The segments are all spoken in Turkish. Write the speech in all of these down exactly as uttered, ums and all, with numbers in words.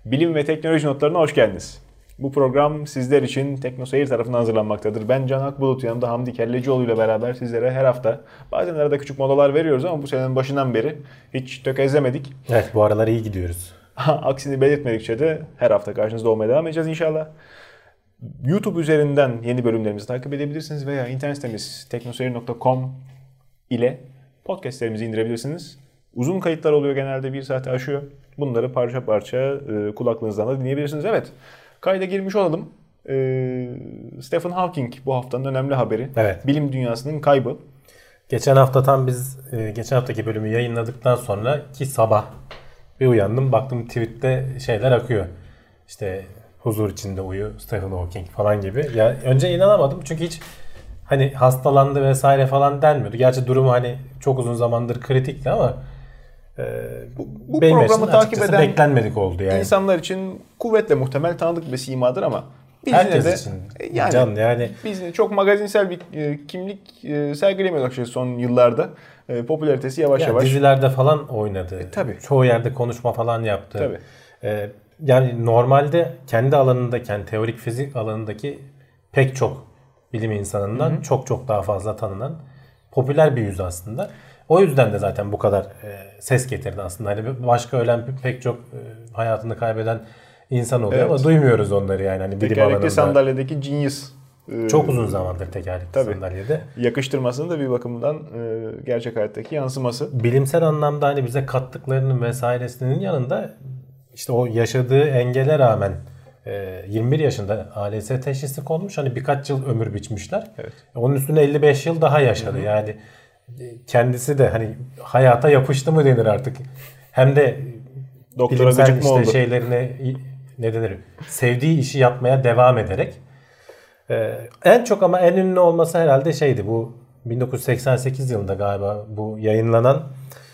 Bilim ve teknoloji notlarına hoş geldiniz. Bu program sizler için TeknoSeyir tarafından hazırlanmaktadır. Ben Can Akbulut, yanımda Hamdi Kellecioğlu ile beraber sizlere her hafta bazen arada küçük molalar veriyoruz ama bu senenin başından beri hiç tökezlemedik. Evet, bu aralar iyi gidiyoruz. Aksini belirtmedikçe de her hafta karşınızda olmaya devam edeceğiz inşallah. YouTube üzerinden yeni bölümlerimizi takip edebilirsiniz veya internet sitemiz teknoseyir nokta com ile podcastlerimizi indirebilirsiniz. Uzun kayıtlar oluyor, genelde bir saate aşıyor. Bunları parça parça e, kulaklığınızdan da dinleyebilirsiniz. Evet, kayda girmiş olalım. E, Stephen Hawking bu haftanın önemli haberi. Evet. Bilim dünyasının kaybı. Geçen hafta tam biz e, geçen haftaki bölümü yayınladıktan sonra ki sabah bir uyandım, baktım tweette şeyler akıyor. İşte huzur içinde uyu, Stephen Hawking falan gibi. Ya önce inanamadım çünkü hiç hani hastalandı vesaire falan denmiyordu. Gerçi durumu hani çok uzun zamandır kritikti ama e, bu, bu programı takip eden beklenmedik oldu yani. İnsanlar için kuvvetle muhtemel tanıdık bir simadır ama biz herkes de, için yani, can yani biz çok magazinsel bir e, kimlik e, sergilemiyor açıkçası son yıllarda. E, popülaritesi yavaş yani yavaş. Dizilerde falan oynadı. E, tabii. Çoğu yerde konuşma falan yaptı. Tabii. E, yani normalde kendi alanındaki, yani teorik fizik alanındaki pek çok bilim insanından hı hı. çok çok daha fazla tanınan popüler bir yüz aslında. O yüzden de zaten bu kadar e, ses getirdi aslında. Hani başka ölen pek çok e, hayatını kaybeden insan oluyor, evet, ama duymuyoruz onları yani. Hani bilim alanında. Tekerlekli sandalyedeki genius. E, çok uzun zamandır tekerlekli tabii, sandalyede. Yakıştırmasının da bir bakımdan e, gerçek hayattaki yansıması. Bilimsel anlamda hani bize kattıklarının vesairesinin yanında işte o yaşadığı engele rağmen yirmi bir yaşında A L S teşhisi konmuş. Hani birkaç yıl ömür biçmişler. Evet. Onun üstüne elli beş yıl daha yaşadı. Hı-hı. Yani kendisi de hani hayata yapıştı mı denir artık. Hem de doktora bilimsel işte oldu. şeylerini ne denir? Sevdiği işi yapmaya devam ederek. Ee, en çok ama en ünlü olması herhalde şeydi. Bu bin dokuz yüz seksen sekiz yılında galiba bu yayınlanan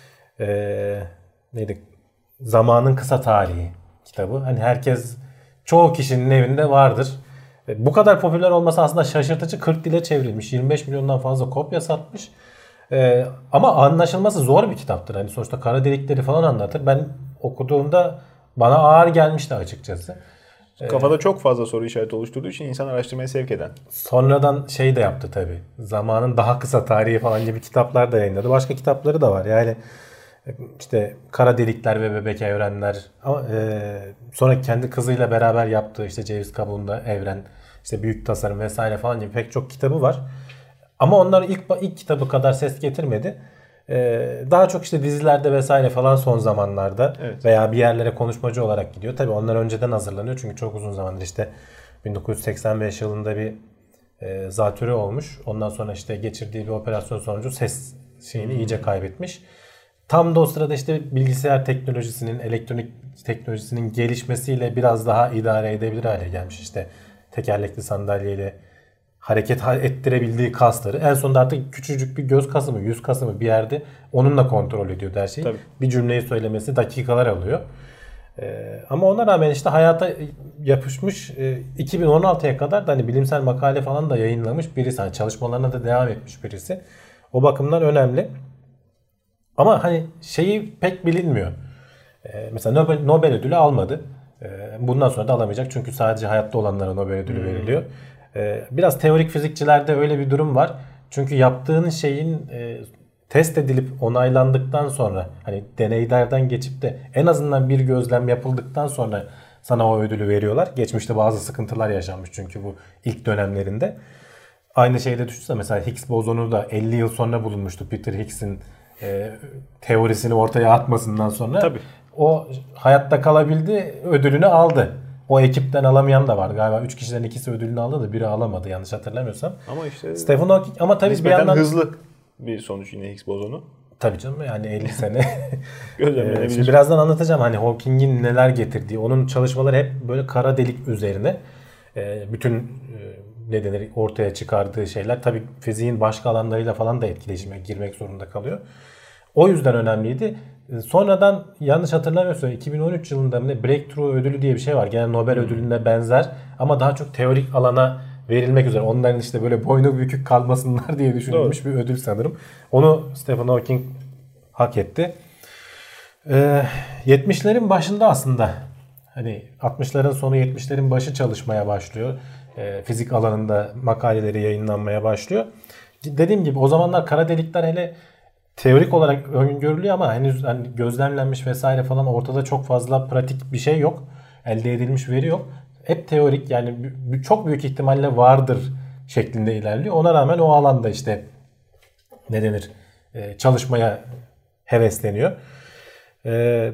e, neydi? Zamanın Kısa Tarihi kitabı. Hani herkes, çoğu kişinin evinde vardır. Bu kadar popüler olması aslında şaşırtıcı. kırk dile çevrilmiş. yirmi beş milyondan fazla kopya satmış. Ee, ama anlaşılması zor bir kitaptır. Hani sonuçta kara delikleri falan anlatır. Ben okuduğumda bana ağır gelmişti açıkçası. Kafada ee, çok fazla soru işareti oluşturduğu için insan araştırmaya sevk eden. Sonradan şey de yaptı tabii. Zamanın Daha Kısa Tarihi falan gibi kitaplar da yayınladı. Başka kitapları da var. Yani İşte Kara Delikler ve Bebek Evrenler, ama e, sonra kendi kızıyla beraber yaptığı işte Ceviz Kabuğu'nda Evren, işte Büyük Tasarım vesaire falan gibi pek çok kitabı var. Ama onlar ilk ilk kitabı kadar ses getirmedi. E, daha çok işte dizilerde vesaire falan son zamanlarda, evet, veya bir yerlere konuşmacı olarak gidiyor. Tabii onlar önceden hazırlanıyor çünkü çok uzun zamandır işte bin dokuz yüz seksen beş yılında bir e, zatürre olmuş. Ondan sonra işte geçirdiği bir operasyon sonucu ses şeyini hmm. iyice kaybetmiş. Tam da o sırada işte bilgisayar teknolojisinin, elektronik teknolojisinin gelişmesiyle biraz daha idare edebilir hale gelmiş. İşte tekerlekli sandalyeyle hareket ettirebildiği kasları. En sonunda artık küçücük bir göz kası mı, yüz kası mı bir yerde onunla kontrol ediyor her şeyi. Tabii. Bir cümleyi söylemesi dakikalar alıyor. Ee, ama ona rağmen işte hayata yapışmış, e, iki bin on altıya kadar da hani bilimsel makale falan da yayınlamış birisi. Hani çalışmalarına da devam etmiş birisi. O bakımdan önemli. Ama hani şeyi pek bilinmiyor. Ee, mesela Nobel, Nobel ödülü almadı. Ee, bundan sonra da alamayacak. Çünkü sadece hayatta olanlara Nobel ödülü hmm. veriliyor. Ee, biraz teorik fizikçilerde öyle bir durum var. Çünkü yaptığın şeyin e, test edilip onaylandıktan sonra, hani deneylerden geçip de en azından bir gözlem yapıldıktan sonra sana o ödülü veriyorlar. Geçmişte bazı sıkıntılar yaşanmış çünkü bu ilk dönemlerinde. Aynı şeyde düşünsene, mesela Higgs bozonu da elli yıl sonra bulunmuştu Peter Higgs'in E, teorisini ortaya atmasından sonra. Tabii. O hayatta kalabildi, ödülünü aldı. O ekipten alamayan da var. Galiba üç kişiden ikisi ödülünü aldı da biri alamadı yanlış hatırlamıyorsam. Ama işte Stephen Hawking, ama tabii bir yandan hızlı bir sonuç yine Higgs bozonu. Tabii canım, yani elli sene. Gözlemlenebilir. Şimdi birazdan anlatacağım hani Hawking'in neler getirdiği. Onun çalışmaları hep böyle kara delik üzerine. E, bütün e, ne denir, ortaya çıkardığı şeyler tabii fiziğin başka alanlarıyla falan da etkileşime girmek zorunda kalıyor. O yüzden önemliydi. Sonradan yanlış hatırlamıyorsam iki bin on üç yılında ne Breakthrough ödülü diye bir şey var. Gene Nobel hmm. ödülüne benzer ama daha çok teorik alana verilmek üzere. Onların işte böyle boynu bükük kalmasınlar diye düşünülmüş Doğru. bir ödül sanırım. Onu Stephen Hawking hak etti. Ee, yetmişlerin başında aslında hani altmışların sonu yetmişlerin başı çalışmaya başlıyor. E, fizik alanında makaleleri yayınlanmaya başlıyor. Dediğim gibi o zamanlar kara delikler hele teorik olarak öngörülüyor ama henüz hani gözlemlenmiş vesaire falan ortada çok fazla pratik bir şey yok. Elde edilmiş veri yok. Hep teorik, yani çok büyük ihtimalle vardır şeklinde ilerliyor. Ona rağmen o alanda işte ne denir e, çalışmaya hevesleniyor. E,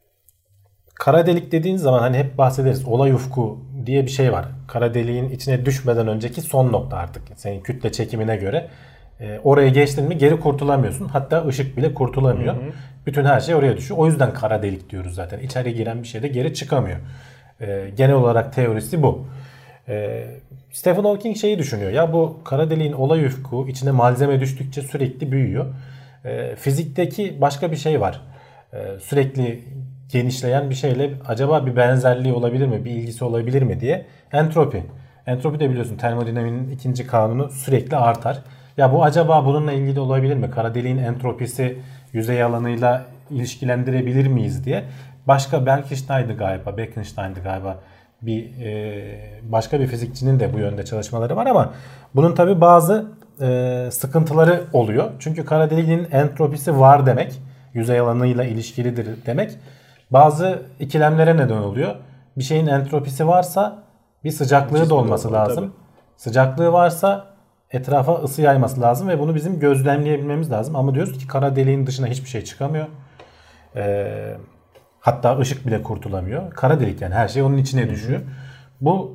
kara delik dediğin zaman hani hep bahsederiz. Olay ufku diye bir şey var. Kara deliğin içine düşmeden önceki son nokta artık. Senin kütle çekimine göre. E, oraya geçtin mi geri kurtulamıyorsun. Hatta ışık bile kurtulamıyor. Hı hı. Bütün her şey oraya düşüyor. O yüzden kara delik diyoruz zaten. İçeri giren bir şey de geri çıkamıyor. E, genel olarak teorisi bu. E, Stephen Hawking şeyi düşünüyor. Ya bu kara deliğin olay ufku içine malzeme düştükçe sürekli büyüyor. E, fizikteki başka bir şey var. E, sürekli genişleyen bir şeyle acaba bir benzerliği olabilir mi? Bir ilgisi olabilir mi diye. Entropi. Entropi de biliyorsun termodinamiğin ikinci kanunu sürekli artar. Ya bu acaba bununla ilgili olabilir mi? Kara deliğin entropisi yüzey alanıyla ilişkilendirebilir miyiz diye. Başka Bekenstein'di galiba, Bekenstein'di galiba bir e, başka bir fizikçinin de bu yönde çalışmaları var ama bunun tabi bazı e, sıkıntıları oluyor. Çünkü kara deliğin entropisi var demek, yüzey alanıyla ilişkilidir demek. Bazı ikilemlere neden oluyor. Bir şeyin entropisi varsa bir sıcaklığı da olması lazım. Tabii. Sıcaklığı varsa etrafa ısı yayması lazım ve bunu bizim gözlemleyebilmemiz lazım. Ama diyoruz ki kara deliğin dışına hiçbir şey çıkamıyor. Ee, hatta ışık bile kurtulamıyor. Kara delik, yani her şey onun içine düşüyor. Hı hı. Bu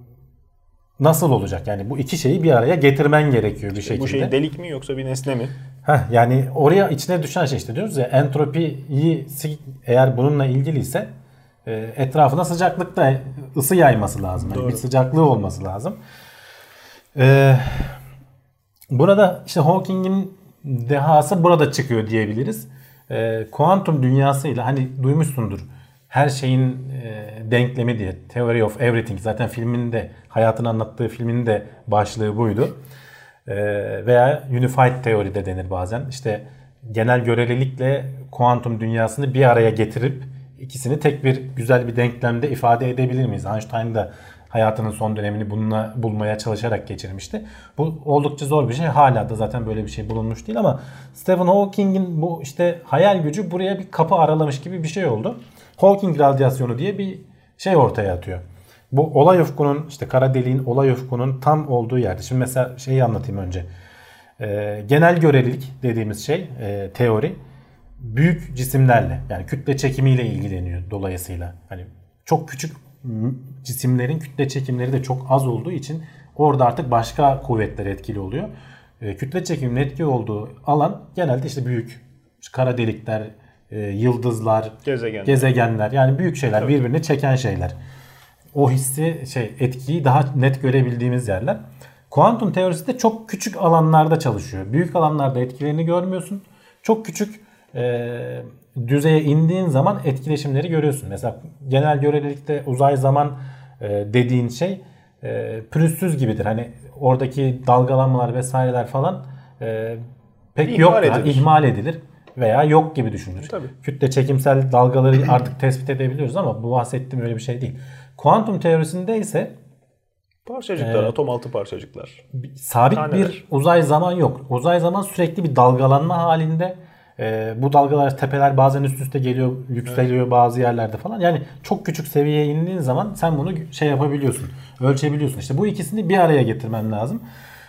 nasıl olacak? Yani bu iki şeyi bir araya getirmen gerekiyor bir şekilde. Bu şey delik mi yoksa bir nesne mi? Heh, yani oraya içine düşen şey işte diyoruz ya, entropiyi eğer bununla ilgiliyse etrafına sıcaklıkta ısı yayması lazım. Yani bir sıcaklığı olması lazım. Ee, burada işte Hawking'in dehası burada çıkıyor diyebiliriz. Ee, kuantum dünyasıyla hani duymuşsundur, her şeyin e, denklemi diye, Theory of Everything, zaten filmin de hayatını anlattığı filmin de başlığı buydu. Ee, veya Unified Theory de denir bazen. İşte genel görelilikle kuantum dünyasını bir araya getirip ikisini tek bir güzel bir denklemde ifade edebilir miyiz? Einstein da hayatının son dönemini bununla bulmaya çalışarak geçirmişti. Bu oldukça zor bir şey. Hala da zaten böyle bir şey bulunmuş değil ama Stephen Hawking'in bu işte hayal gücü buraya bir kapı aralamış gibi bir şey oldu. Hawking radyasyonu diye bir şey ortaya atıyor. Bu olay ufkunun, işte kara deliğin olay ufkunun tam olduğu yerde. Şimdi mesela şeyi anlatayım önce. Ee, genel görelilik dediğimiz şey, e, teori büyük cisimlerle, yani kütle çekimiyle ilgileniyor dolayısıyla. Hani çok küçük cisimlerin kütle çekimleri de çok az olduğu için orada artık başka kuvvetler etkili oluyor. E, kütle çekiminin etkili olduğu alan genelde işte büyük kara delikler, e, yıldızlar, gezegenler. gezegenler, yani büyük şeyler, evet, birbirini çeken şeyler. O hissi, şey etkiyi daha net görebildiğimiz yerler. Kuantum teorisi de çok küçük alanlarda çalışıyor. Büyük alanlarda etkilerini görmüyorsun. Çok küçük e, düzeye indiğin zaman etkileşimleri görüyorsun. Mesela genel görelilikte uzay zaman e, dediğin şey e, pürüzsüz gibidir. Hani oradaki dalgalanmalar vesaireler falan e, pek yok, ihmal edilir veya yok gibi düşünülür. Tabii. Kütle çekimsel dalgaları artık tespit edebiliyoruz ama bu bahsettiğim öyle bir şey değil. Kuantum teorisinde ise parçacıklar, e, atom altı parçacıklar. Sabit taneler. Bir uzay zaman yok. Uzay zaman sürekli bir dalgalanma halinde. E, bu dalgalar, tepeler bazen üst üste geliyor, yükseliyor, evet, bazı yerlerde falan. Yani çok küçük seviyeye indiğin zaman sen bunu şey yapabiliyorsun, ölçebiliyorsun. İşte bu ikisini bir araya getirmen lazım.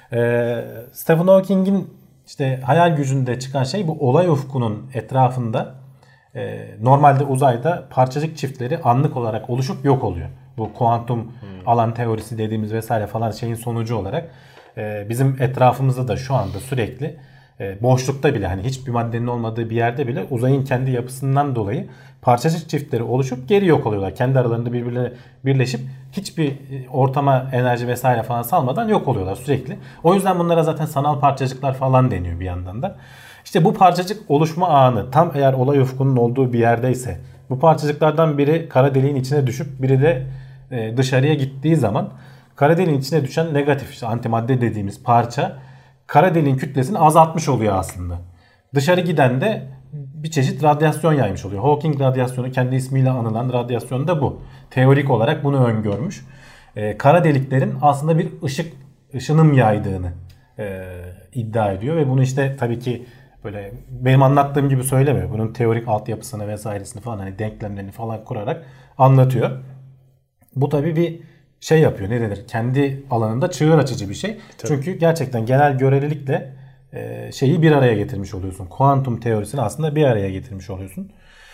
E, Stephen Hawking'in işte hayal gücünde çıkan şey bu olay ufkunun etrafında e, normalde uzayda parçacık çiftleri anlık olarak oluşup yok oluyor. Bu kuantum hmm. alan teorisi dediğimiz vesaire falan şeyin sonucu olarak e, bizim etrafımızda da şu anda sürekli e, boşlukta bile, hani hiçbir maddenin olmadığı bir yerde bile uzayın kendi yapısından dolayı parçacık çiftleri oluşup geri yok oluyorlar. Kendi aralarında birbirine birleşip hiçbir ortama enerji vesaire falan salmadan yok oluyorlar sürekli. O yüzden bunlara zaten sanal parçacıklar falan deniyor bir yandan da. İşte bu parçacık oluşma anı tam eğer olay ufkunun olduğu bir yerdeyse, bu parçacıklardan biri kara deliğin içine düşüp biri de dışarıya gittiği zaman kara deliğin içine düşen negatif, işte antimadde dediğimiz parça kara deliğin kütlesini azaltmış oluyor aslında. Dışarı giden de bir çeşit radyasyon yaymış oluyor. Hawking radyasyonu, kendi ismiyle anılan radyasyon da bu. Teorik olarak bunu öngörmüş. E, kara deliklerin aslında bir ışık ışınım yaydığını e, iddia ediyor ve bunu işte tabii ki böyle benim anlattığım gibi söylemiyor. Bunun teorik altyapısını vesairesini falan, hani denklemlerini falan kurarak anlatıyor. Bu tabii bir şey yapıyor, ne denir? Kendi alanında çığır açıcı bir şey. Tabii. Çünkü gerçekten genel görelilikle e, şeyi bir araya getirmiş oluyorsun. Kuantum teorisini aslında bir araya getirmiş oluyorsun.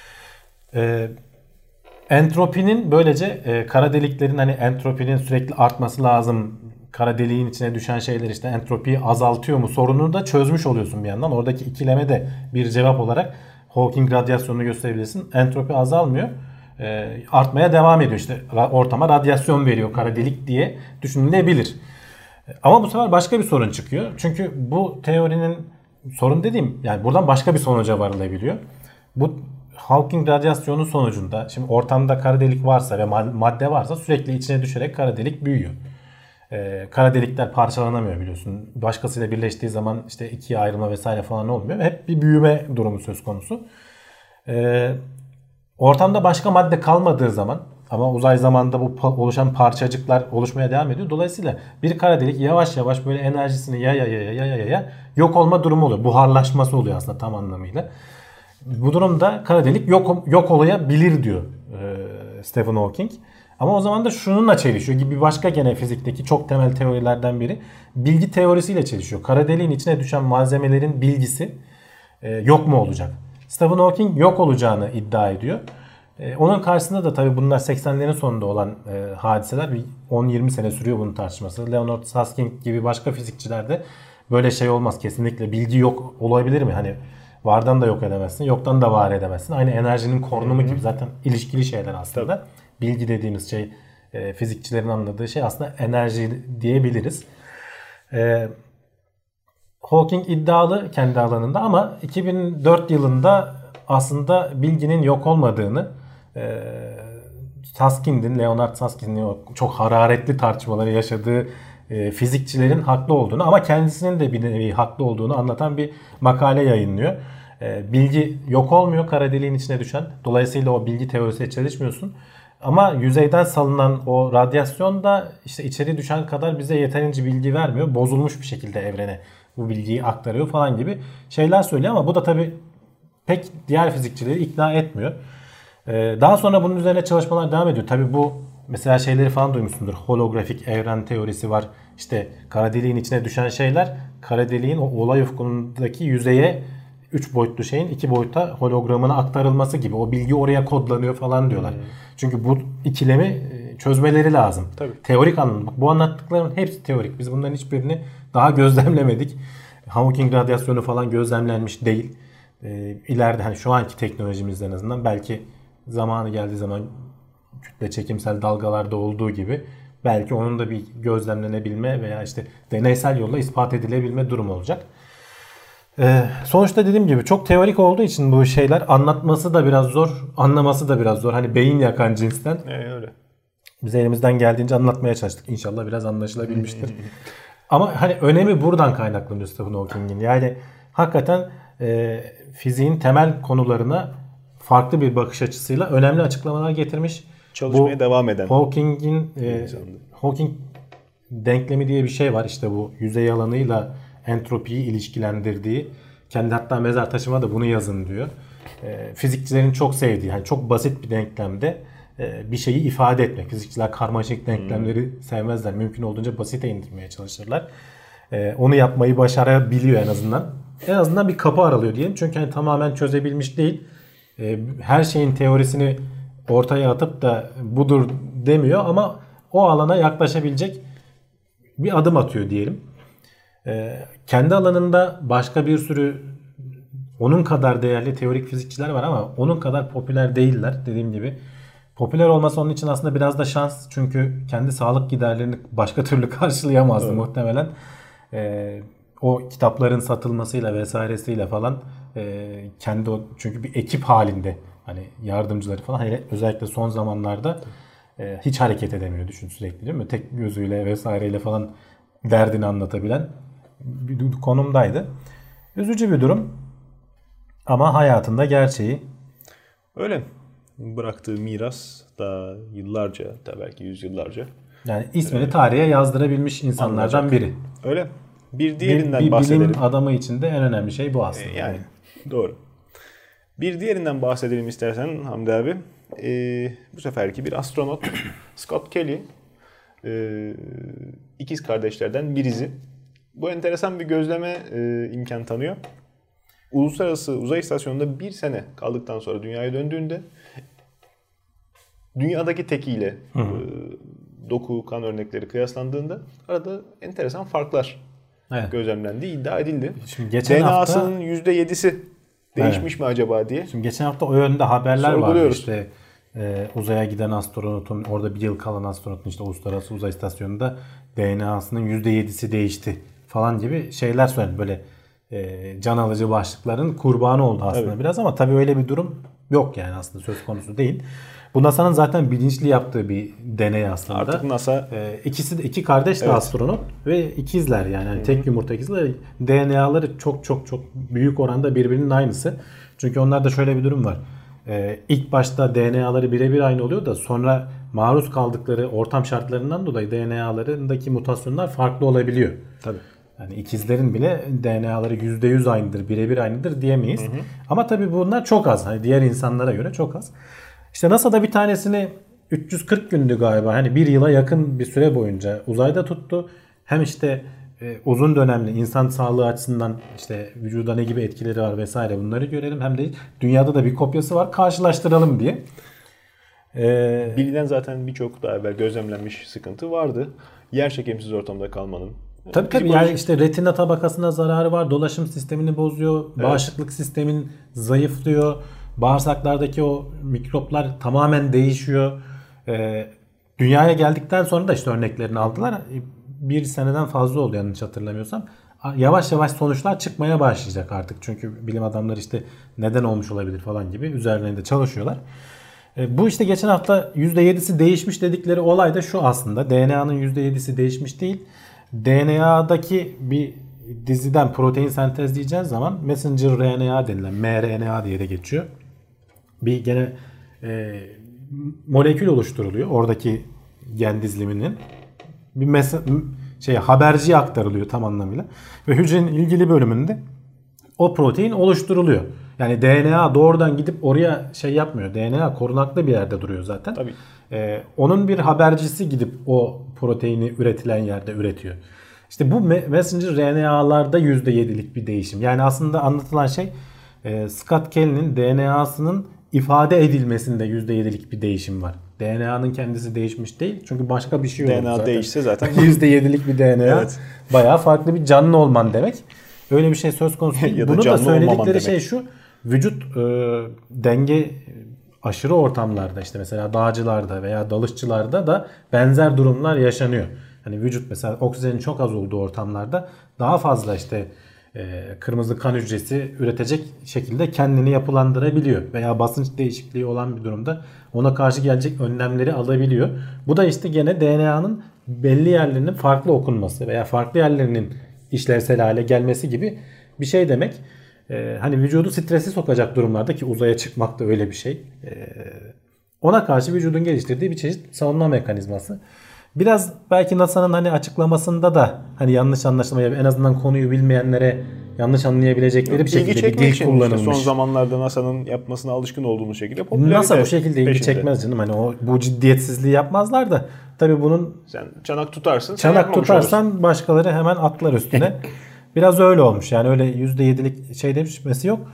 E, entropinin böylece e, kara deliklerin hani entropinin sürekli artması lazım. Kara deliğin içine düşen şeyler işte entropiyi azaltıyor mu sorununu da çözmüş oluyorsun bir yandan. Oradaki ikileme de bir cevap olarak Hawking radyasyonunu gösterebilirsin. Entropi azalmıyor. E, artmaya devam ediyor. İşte ortama radyasyon veriyor kara delik diye düşünülebilir. Ama bu sefer başka bir sorun çıkıyor. Çünkü bu teorinin sorun dediğim, yani buradan başka bir sonuca varılabiliyor. Bu Hawking radyasyonu sonucunda şimdi ortamda kara delik varsa ve madde varsa sürekli içine düşerek kara delik büyüyor. Ee, kara delikler parçalanamıyor biliyorsun. Başkasıyla birleştiği zaman işte ikiye ayrılma vesaire falan olmuyor. Hep bir büyüme durumu söz konusu. Ee, ortamda başka madde kalmadığı zaman ama uzay zamanda bu oluşan parçacıklar oluşmaya devam ediyor. Dolayısıyla bir kara delik yavaş yavaş böyle enerjisini yaya yaya yaya yaya yok olma durumu oluyor. Buharlaşması oluyor aslında tam anlamıyla. Bu durumda kara delik yok yok olabilir diyor e, Stephen Hawking. Ama o zaman da şununla çelişiyor gibi, bir başka gene fizikteki çok temel teorilerden biri bilgi teorisiyle çelişiyor. Kara deliğin içine düşen malzemelerin bilgisi e, yok mu olacak? Stephen Hawking yok olacağını iddia ediyor. E, onun karşısında da tabii bunlar seksenlerin sonunda olan e, hadiseler, bir on yirmi sene sürüyor bunun tartışması. Leonard Susskind gibi başka fizikçiler de böyle şey olmaz kesinlikle, bilgi yok olabilir mi? Hani vardan da yok edemezsin, yoktan da var edemezsin. Aynı enerjinin korunumu gibi zaten ilişkili şeyler aslında. Tabii. Bilgi dediğimiz şey, e, fizikçilerin anladığı şey aslında enerji diyebiliriz. E, Hawking iddialı kendi alanında ama iki bin dört yılında aslında bilginin yok olmadığını, e, Suskind'in, Leonard Suskind'in çok hararetli tartışmaları yaşadığı e, fizikçilerin haklı olduğunu ama kendisinin de bir nevi haklı olduğunu anlatan bir makale yayınlıyor. E, bilgi yok olmuyor kara deliğin içine düşen. Dolayısıyla o bilgi teorisiyle çalışmıyorsun. Ama yüzeyden salınan o radyasyon da işte içeri düşen kadar bize yeterince bilgi vermiyor. Bozulmuş bir şekilde evrene bu bilgiyi aktarıyor falan gibi şeyler söylüyor ama bu da tabii pek diğer fizikçileri ikna etmiyor. Ee, daha sonra bunun üzerine çalışmalar devam ediyor. Tabii bu mesela şeyleri falan duymuşsundur. Holografik evren teorisi var. İşte kara deliğin içine düşen şeyler kara deliğin o olay ufkundaki yüzeye üç boyutlu şeyin iki boyuta hologramına aktarılması gibi. O bilgi oraya kodlanıyor falan diyorlar. Hmm. Çünkü bu ikilemi çözmeleri lazım. Tabii. Teorik anlamda. Bu anlattıklarımın hepsi teorik. Biz bunların hiçbirini daha gözlemlemedik. Hawking radyasyonu falan gözlemlenmiş değil. Ee, ileride hani şu anki teknolojimizden en azından belki zamanı geldiği zaman kütle çekimsel dalgalarda olduğu gibi belki onun da bir gözlemlenebilme veya işte deneysel yolla ispat edilebilme durumu olacak. Ee, sonuçta dediğim gibi çok teorik olduğu için bu şeyler anlatması da biraz zor, anlaması da biraz zor. Hani beyin yakan cinsten. Evet, öyle. Biz elimizden geldiğince anlatmaya çalıştık. İnşallah biraz anlaşılabilmiştir. Ama hani önemi buradan kaynaklanıyor Stephen Hawking'in. Yani hakikaten e, fiziğin temel konularına farklı bir bakış açısıyla önemli açıklamalar getirmiş. Çalışmaya bu, devam eden. Hawking'in e, Hawking denklemi diye bir şey var. İşte bu yüzey alanıyla entropiyi ilişkilendirdiği, kendi hatta mezar taşıma da bunu yazın diyor. E, fizikçilerin çok sevdiği, yani çok basit bir denklemde e, bir şeyi ifade etmek. Fizikçiler karmaşık denklemleri hmm. sevmezler. Mümkün olduğunca basite indirmeye çalışırlar. E, onu yapmayı başarabiliyor en azından. En azından bir kapı aralıyor diyelim. Çünkü hani tamamen çözebilmiş değil. E, her şeyin teorisini ortaya atıp da budur demiyor ama o alana yaklaşabilecek bir adım atıyor diyelim. Ee, kendi alanında başka bir sürü onun kadar değerli teorik fizikçiler var ama onun kadar popüler değiller dediğim gibi. Popüler olması onun için aslında biraz da şans. Çünkü kendi sağlık giderlerini başka türlü karşılayamazdı evet. muhtemelen. Ee, o kitapların satılmasıyla vesairesiyle falan e, kendi o, çünkü bir ekip halinde hani yardımcıları falan hele özellikle son zamanlarda e, hiç hareket edemiyor düşün sürekli değil mi? Tek gözüyle vesaireyle falan derdini anlatabilen bir konumdaydı. Üzücü bir durum. Ama hayatında gerçeği. Öyle. Bıraktığı miras da yıllarca, da belki yüzyıllarca. Yani ismini tarihe yazdırabilmiş insanlardan Anlayacak. biri. Öyle. Bir Bir, diğerinden bir bahsedelim. bilim adamı için de en önemli şey bu aslında. Ee, yani doğru. Bir diğerinden bahsedelim istersen Hamdi abi. Ee, bu seferki bir astronot Scott Kelly. Ee, ikiz kardeşlerden birisi. Bu enteresan bir gözleme e, imkan tanıyor. Uluslararası Uzay İstasyonu'nda bir sene kaldıktan sonra dünyaya döndüğünde dünyadaki tekiyle e, doku, kan örnekleri kıyaslandığında arada enteresan farklar Evet. gözlemlendiği iddia edildi. Şimdi geçen D N A'sının hafta yüzde yedisi değişmiş Evet. mi acaba diye. Şimdi geçen hafta o yönde haberler vardı. Sorguluyoruz. İşte e, uzaya giden astronotun, orada bir yıl kalan astronotun işte Uluslararası Uzay İstasyonu'nda D N A'sının yüzde yedisi değişti falan gibi şeyler söyledi. Böyle e, can alıcı başlıkların kurbanı oldu aslında Tabii. biraz ama tabii öyle bir durum yok yani aslında söz konusu değil. Bu NASA'nın zaten bilinçli yaptığı bir deney aslında. Artık NASA E, ikisi de iki kardeş de Evet. astronot ve ikizler yani hani tek yumurta ikizler. D N A'ları çok çok çok büyük oranda birbirinin aynısı. Çünkü onlarda şöyle bir durum var. Ee, ilk başta D N A'ları birebir aynı oluyor da sonra maruz kaldıkları ortam şartlarından dolayı D N A'larındaki mutasyonlar farklı olabiliyor. tabii. Yani ikizlerin bile D N A'ları yüzde yüz aynıdır, birebir aynıdır diyemeyiz. Hı hı. Ama tabii bunlar çok az. Hani diğer insanlara göre çok az. İşte NASA'da bir tanesini üç yüz kırk gündü galiba. Hani bir yıla yakın bir süre boyunca uzayda tuttu. Hem işte e, uzun dönemli insan sağlığı açısından işte vücuda ne gibi etkileri var vesaire bunları görelim. Hem de dünyada da bir kopyası var karşılaştıralım diye. Ee, Bilinen zaten birçok daha evvel gözlemlenmiş sıkıntı vardı. Yer çekimsiz ortamda kalmanın. Tabii tabii yani işte retina tabakasına zararı var. Dolaşım sistemini bozuyor. Evet. Bağışıklık sistemin zayıflıyor. Bağırsaklardaki o mikroplar tamamen değişiyor. Ee, dünyaya geldikten sonra da işte örneklerini aldılar. Bir seneden fazla oldu yanlış hatırlamıyorsam. Yavaş yavaş sonuçlar çıkmaya başlayacak artık. Çünkü bilim adamları işte neden olmuş olabilir falan gibi üzerlerinde çalışıyorlar. E, bu işte geçen hafta yüzde yedisi değişmiş dedikleri olay da şu aslında. D N A'nın yüzde yedisi değişmiş değil. D N A'daki bir diziden protein sentezleyeceğiz zaman messenger R N A denilen M R N A diye de geçiyor. Bir gene e, molekül oluşturuluyor. Oradaki gen diziliminin bir mes- şey haberciye aktarılıyor tam anlamıyla. Ve hücrenin ilgili bölümünde o protein oluşturuluyor. Yani D N A doğrudan gidip oraya şey yapmıyor. D N A korunaklı bir yerde duruyor zaten. Tabii. Ee, onun bir habercisi gidip o proteini üretilen yerde üretiyor. İşte bu messenger R N A'larda yüzde yedilik bir değişim. Yani aslında anlatılan şey e, Scott Kelly'nin D N A'sının ifade edilmesinde yüzde yedilik bir değişim var. D N A'nın kendisi değişmiş değil. Çünkü başka bir şey oldu D N A zaten. değişse zaten yüzde yedilik bir D N A Evet. bayağı farklı bir canlı olman demek. Öyle bir şey söz konusu değil. Ya da Bunu da canlı olmaman söyledikleri demek. şey şu. Vücut e, denge aşırı ortamlarda işte mesela dağcılarda veya dalışçılarda da benzer durumlar yaşanıyor. Hani vücut mesela oksijenin çok az olduğu ortamlarda daha fazla işte e, kırmızı kan hücresi üretecek şekilde kendini yapılandırabiliyor. Veya basınç değişikliği olan bir durumda ona karşı gelecek önlemleri alabiliyor. Bu da işte gene D N A'nın belli yerlerinin farklı okunması veya farklı yerlerinin işlevsel hale gelmesi gibi bir şey demek. Ee, hani vücudu stresi sokacak durumlarda ki uzaya çıkmak da öyle bir şey. Ee, ona karşı vücudun geliştirdiği bir çeşit savunma mekanizması. Biraz belki NASA'nın hani açıklamasında da hani yanlış anlaşılmaya en azından konuyu bilmeyenlere yanlış anlayabilecekleri bir İlgi şekilde bir çekmek dil için işte kullanılmış. son zamanlarda NASA'nın yapmasına alışkın olduğumuz şekilde popülarite NASA bu şekilde ilgi peşinde. çekmez canım. Hani o bu ciddiyetsizliği yapmazlar da tabii bunun Sen çanak tutarsın. sen çanak yapmamış tutarsan olursun. başkaları hemen atlar üstüne. Biraz öyle olmuş. Yani öyle yüzde yedilik şey demişmesi yok.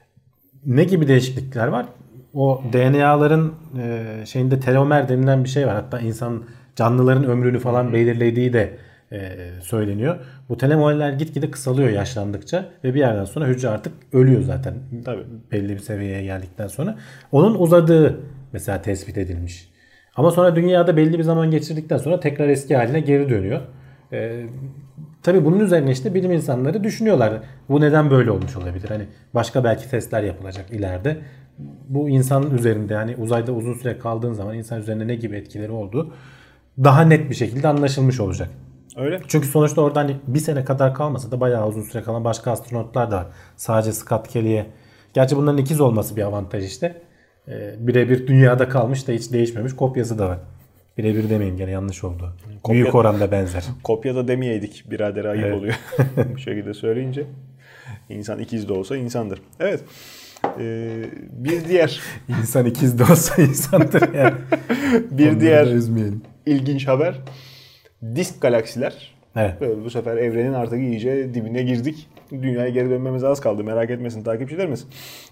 Ne gibi değişiklikler var? O D N A'ların e, şeyinde telomer denilen bir şey var. Hatta insan canlıların ömrünü falan belirlediği de e, söyleniyor. Bu telomerler gitgide kısalıyor yaşlandıkça ve bir yerden sonra hücre artık ölüyor zaten. Tabii. Belli bir seviyeye geldikten sonra. Onun uzadığı mesela tespit edilmiş. Ama sonra dünyada belli bir zaman geçirdikten sonra tekrar eski haline geri dönüyor. E, tabii bunun üzerine işte bilim insanları düşünüyorlar. Bu neden böyle olmuş olabilir? Hani başka belki testler yapılacak ileride. Bu insanın üzerinde yani uzayda uzun süre kaldığın zaman insan üzerinde ne gibi etkileri olduğu daha net bir şekilde anlaşılmış olacak. Öyle. Çünkü sonuçta oradan bir sene kadar kalmasa da bayağı uzun süre kalan başka astronotlar da var. Sadece Scott Kelly'e Gerçi bunların ikiz olması bir avantaj işte. Ee, birebir dünyada kalmış da hiç değişmemiş kopyası da var. Birebir demeyeyim gene yanlış oldu. Kopya, büyük oranda benzer. Kopya da demeyeydik birader ayıp evet. oluyor. Bu şekilde söyleyince. İnsan ikiz de olsa insandır. Evet. Ee, bir diğer... İnsan ikiz de olsa insandır yani. bir Onları diğer ilginç haber. Disk galaksiler. Evet. Böyle bu sefer evrenin artık iyice dibine girdik. Dünyaya geri dönmemize az kaldı. Merak etmesin takipçilerimiz.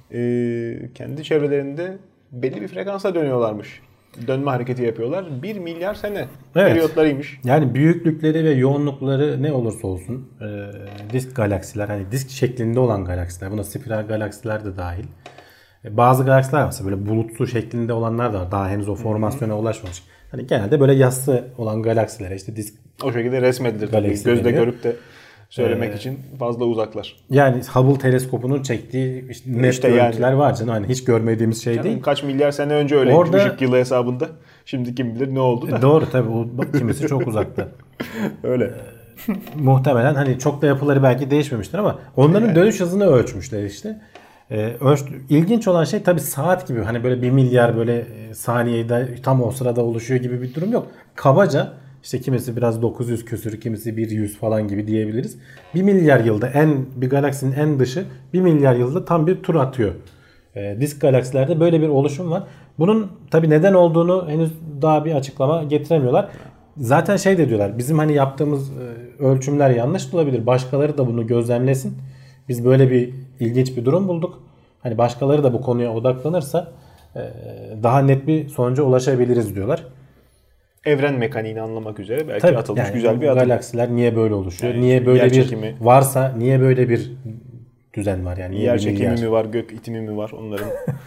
Ee, kendi çevrelerinde belli bir frekansa dönüyorlarmış. Dönme hareketi yapıyorlar. bir milyar sene evet. periyotlarıymış. Yani büyüklükleri ve yoğunlukları ne olursa olsun e, disk galaksiler, hani disk şeklinde olan galaksiler, buna spiral galaksiler de dahil. E, bazı galaksiler mesela böyle bulutsu şeklinde olanlar da var. Daha henüz o formasyona Hı-hı. ulaşmamış. Hani genelde böyle yassı olan galaksilere işte disk o şekilde resmedilir tabii. Gözde deniyor. Görüp de söylemek ee, için fazla uzaklar. Yani Hubble teleskopunun çektiği işte net işte görüntüler yani. Var canım. Hani hiç görmediğimiz şey canım, değil. Kaç milyar sene önce öyle Orada, ışık yılı hesabında. Şimdi kim bilir ne oldu da. E, doğru tabii. O, kimisi çok uzakta. Öyle. Ee, muhtemelen hani çok da yapıları belki değişmemiştir ama onların yani. Dönüş hızını ölçmüşler işte. Ee, ölç, ilginç olan şey tabii saat gibi. Hani böyle bir milyar böyle saniyede tam o sırada oluşuyor gibi bir durum yok. Kabaca İşte kimisi biraz dokuz yüz küsür, kimisi bir yüz falan gibi diyebiliriz. bir milyar yılda en bir galaksinin en dışı bir milyar yılda tam bir tur atıyor. E, disk galaksilerde böyle bir oluşum var. Bunun tabii neden olduğunu henüz daha bir açıklama getiremiyorlar. Zaten şey de diyorlar. Bizim hani yaptığımız e, ölçümler yanlış olabilir. Başkaları da bunu gözlemlesin. Biz böyle bir ilginç bir durum bulduk. Hani başkaları da bu konuya odaklanırsa e, daha net bir sonuca ulaşabiliriz diyorlar. Evren mekaniğini anlamak üzere belki Tabii, atılmış yani güzel bir adım. Galaksiler niye böyle oluşuyor? Yani niye böyle bir çekimi, varsa niye böyle bir düzen var? Yani yer çekimi mi var, gök itimi mi var onların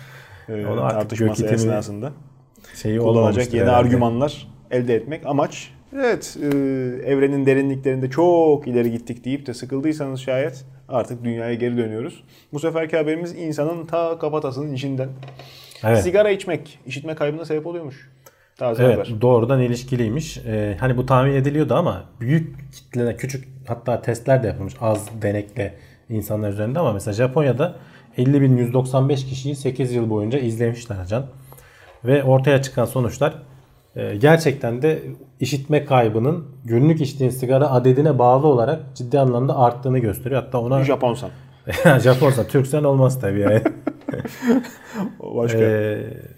e, tartışması esnasında şeyi kullanacak yeni herhalde. Argümanlar elde etmek amaç. Evet, e, evrenin derinliklerinde çok ileri gittik deyip de sıkıldıysanız şayet artık dünyaya geri dönüyoruz. Bu seferki haberimiz insanın ta kafatasının içinden. Evet. Sigara içmek işitme kaybına sebep oluyormuş. Taze evet, haber. Doğrudan ilişkiliymiş. Ee, hani bu tahmin ediliyordu ama büyük kitlede küçük hatta testler de yapılmış az denekle insanlar üzerinde ama mesela Japonya'da elli bin yüz doksan beş kişiyi sekiz yıl boyunca izlemişler can. Ve ortaya çıkan sonuçlar e, gerçekten de işitme kaybının günlük içtiğin sigara adedine bağlı olarak ciddi anlamda arttığını gösteriyor. Hatta ona Japonsan. Japonsan, Türksen olmaz tabii yani. Başka. Ee,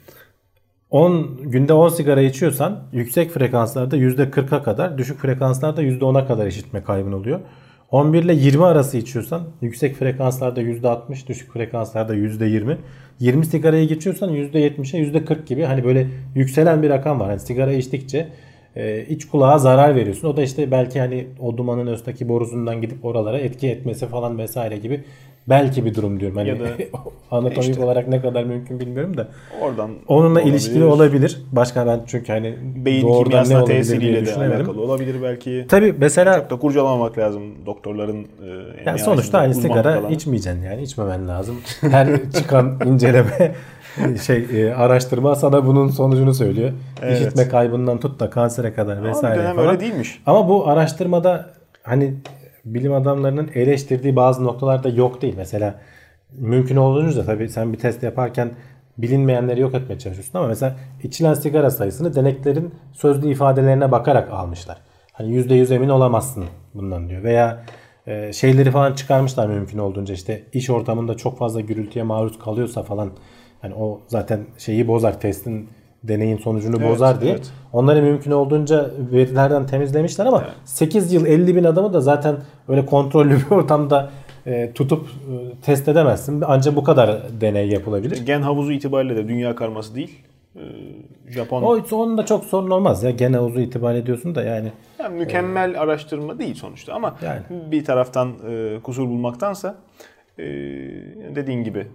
on günde on sigara içiyorsan yüksek frekanslarda yüzde kırka kadar, düşük frekanslarda yüzde ona kadar işitme kaybın oluyor. on bir ile yirmi arası içiyorsan yüksek frekanslarda yüzde altmış, düşük frekanslarda yüzde yirmi. yirmi sigarayı geçiyorsan yüzde yetmişe yüzde kırk gibi hani böyle yükselen bir rakam var. Yani sigara içtikçe e, iç kulağa zarar veriyorsun. O da işte belki hani o dumanın üstteki borusundan gidip oralara etki etmesi falan vesaire gibi belki bir durum diyorum. Hani ya da anatomik işte, olarak ne kadar mümkün bilmiyorum da. Oradan onunla ilişkili olabilir. Başka ben çünkü hani beyin kimyasal tesiriyle de alakalı olabilir belki. Tabii mesela çok da kurcalamamak lazım doktorların. E, yani sonuçta aynı sigara alanı. içmeyeceksin yani içmemen lazım. Her çıkan inceleme şey e, araştırma sana bunun sonucunu söylüyor. Evet. İşitme kaybından tut da kansere kadar vesaire ama falan. Öyle değilmiş. Ama bu araştırmada hani bilim adamlarının eleştirdiği bazı noktalarda yok değil. Mesela mümkün olduğunca tabii sen bir test yaparken bilinmeyenleri yok etmeye çalışıyorsun ama mesela içilen sigara sayısını deneklerin sözlü ifadelerine bakarak almışlar. Hani yüzde yüz emin olamazsın bundan diyor. Veya e, şeyleri falan çıkarmışlar mümkün olduğunca işte iş ortamında çok fazla gürültüye maruz kalıyorsa falan hani o zaten şeyi bozar, testin deneyin sonucunu evet, bozar diye. Evet. Onları mümkün olduğunca verilerden temizlemişler ama evet. sekiz yıl elli bin adamı da zaten öyle kontrollü bir ortamda e, tutup e, test edemezsin. Ancak bu kadar deney yapılabilir. Gen havuzu itibariyle de dünya karması değil. E, Japon. O onun da çok sorun olmaz ya. Gen havuzu itibariyle ediyorsun da yani. yani mükemmel e, araştırma değil sonuçta ama yani. bir taraftan e, kusur bulmaktansa e, dediğin gibi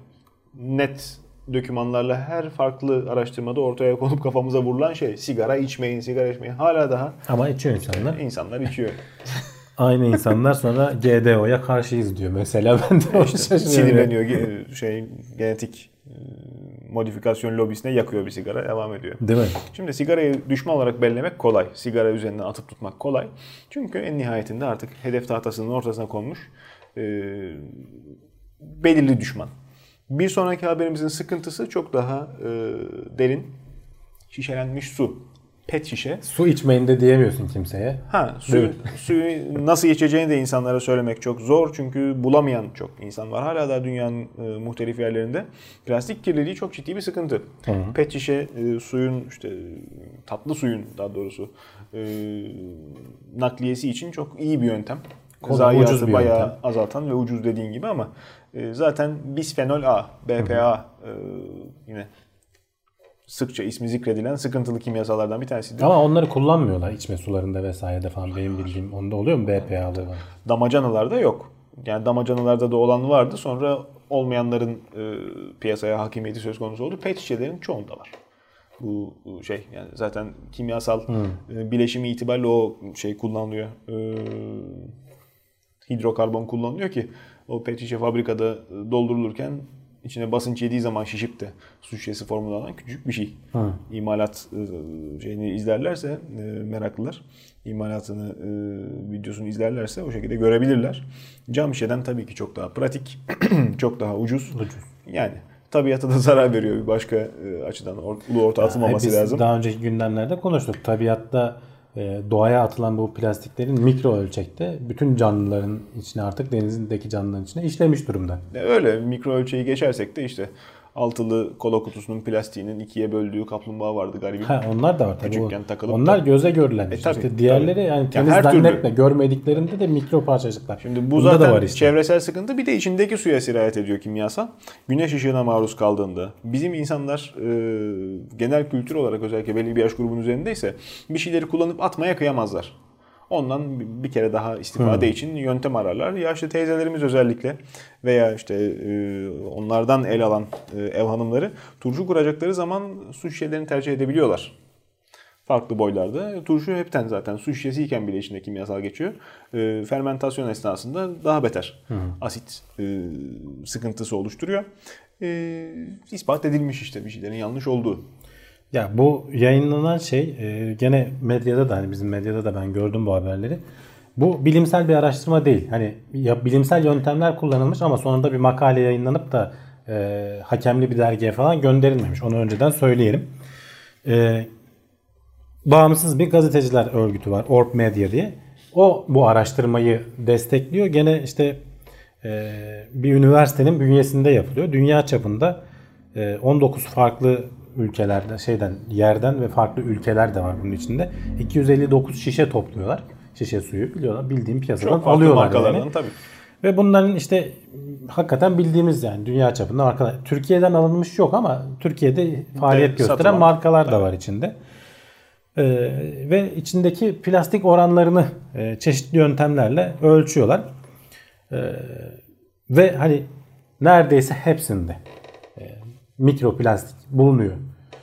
net dokümanlarla her farklı araştırmada ortaya konup kafamıza vurulan şey sigara içmeyin, sigara içmeyin. Hala daha. Ama içiyor insanlar. İnsanlar içiyor. Aynı insanlar sonra G D O'ya karşıyız diyor. Mesela ben de o işte, sinirleniyor. Şey, genetik modifikasyon lobisine yakıyor bir sigara. Devam ediyor. Değil mi? Şimdi sigarayı düşman olarak bellemek kolay. Sigara üzerinden atıp tutmak kolay. Çünkü en nihayetinde artık hedef tahtasının ortasına konmuş e, belirli düşman. Bir sonraki haberimizin sıkıntısı çok daha e, derin. Şişelenmiş su. Pet şişe. Su içmeyin de diyemiyorsun kimseye. Ha, suyu, suyu nasıl içeceğini de insanlara söylemek çok zor. Çünkü bulamayan çok insan var. Hala da dünyanın e, muhtelif yerlerinde plastik kirliliği çok ciddi bir sıkıntı. Hı hı. Pet şişe e, suyun işte tatlı suyun daha doğrusu e, nakliyesi için çok iyi bir yöntem. Zayiatı bayağı yöntem. azaltan ve ucuz dediğin gibi ama e, zaten bisfenol A, B P A e, yine sıkça ismi zikredilen sıkıntılı kimyasallardan bir tanesidir. Ama onları kullanmıyorlar içme sularında vesairede falan. Benim bildiğim onda oluyor mu B P A'lı var? Damacanalarda yok. Yani damacanalarda da olan vardı. Sonra olmayanların e, piyasaya hakimiyeti söz konusu oldu. Pet şişelerin çoğunda var. Bu şey yani zaten kimyasal hmm. e, bileşimi itibariyle o şey kullanılıyor. E, hidrokarbon kullanılıyor ki o pet şişe fabrikada doldurulurken İçine basınç yediği zaman şişip de su şişesi formunda alan küçük bir şey. Hı. İmalat şeyini izlerlerse meraklılar, imalatını videosunu izlerlerse o şekilde görebilirler. Cam şişeden tabii ki çok daha pratik, çok daha ucuz. Ucuz. Yani tabiata da zarar veriyor bir başka açıdan. Ulu orta atılmaması biz lazım. Daha önceki gündemlerde konuştuk. Tabiatta doğaya atılan bu plastiklerin mikro ölçekte bütün canlıların içine artık denizindeki canlıların içine işlemiş durumda. Öyle mikro ölçeği geçersek de işte altılı kola kutusunun plastiğinin ikiye böldüğü kaplumbağa vardı garibim. Ha, onlar da var tabii. Küçükken takılıp onlar da. göze görülen. E, işte tabii, diğerleri tabii. Yani temiz yani zannetme. Görmediklerinde de mikro parçacıklar. Şimdi bu Bunda zaten da var işte. Çevresel sıkıntı, bir de içindeki suya sirayet ediyor kimyasal. Güneş ışığına maruz kaldığında bizim insanlar e, genel kültür olarak özellikle belli bir yaş grubunun üzerindeyse bir şeyleri kullanıp atmaya kıyamazlar. Ondan bir kere daha istifade hmm. için yöntem ararlar. Yaşlı teyzelerimiz özellikle veya işte e, onlardan el alan e, ev hanımları turşu kuracakları zaman su şişelerini tercih edebiliyorlar. Farklı boylarda. Turşu hepten zaten su şişesiyken bile içinde kimyasal geçiyor. E, fermentasyon esnasında daha beter hmm. asit e, sıkıntısı oluşturuyor. E, ispat edilmiş işte bir şeylerin yanlış olduğu. Ya bu yayınlanan şey e, gene medyada da hani bizim medyada da ben gördüm bu haberleri. Bu bilimsel bir araştırma değil. Hani ya, bilimsel yöntemler kullanılmış ama sonunda bir makale yayınlanıp da e, hakemli bir dergiye falan gönderilmemiş. Onu önceden söyleyelim. E, bağımsız bir gazeteciler örgütü var. Orb Media diye. O bu araştırmayı destekliyor. Gene işte e, bir üniversitenin bünyesinde yapılıyor. Dünya çapında e, on dokuz farklı ülkelerde şeyden yerden ve farklı ülkeler de var bunun içinde. iki yüz elli dokuz şişe topluyorlar. Şişe suyu biliyorlar. Bildiğim piyasadan çok alıyorlar yani. Tabii. Ve bunların işte hakikaten bildiğimiz yani dünya çapında markalar. Türkiye'den alınmış yok ama Türkiye'de faaliyet de, gösteren satılan markalar da tabii. var içinde. Ee, ve içindeki plastik oranlarını e, çeşitli yöntemlerle ölçüyorlar. Ee, ve hani neredeyse hepsinde e, mikroplastik bulunuyor.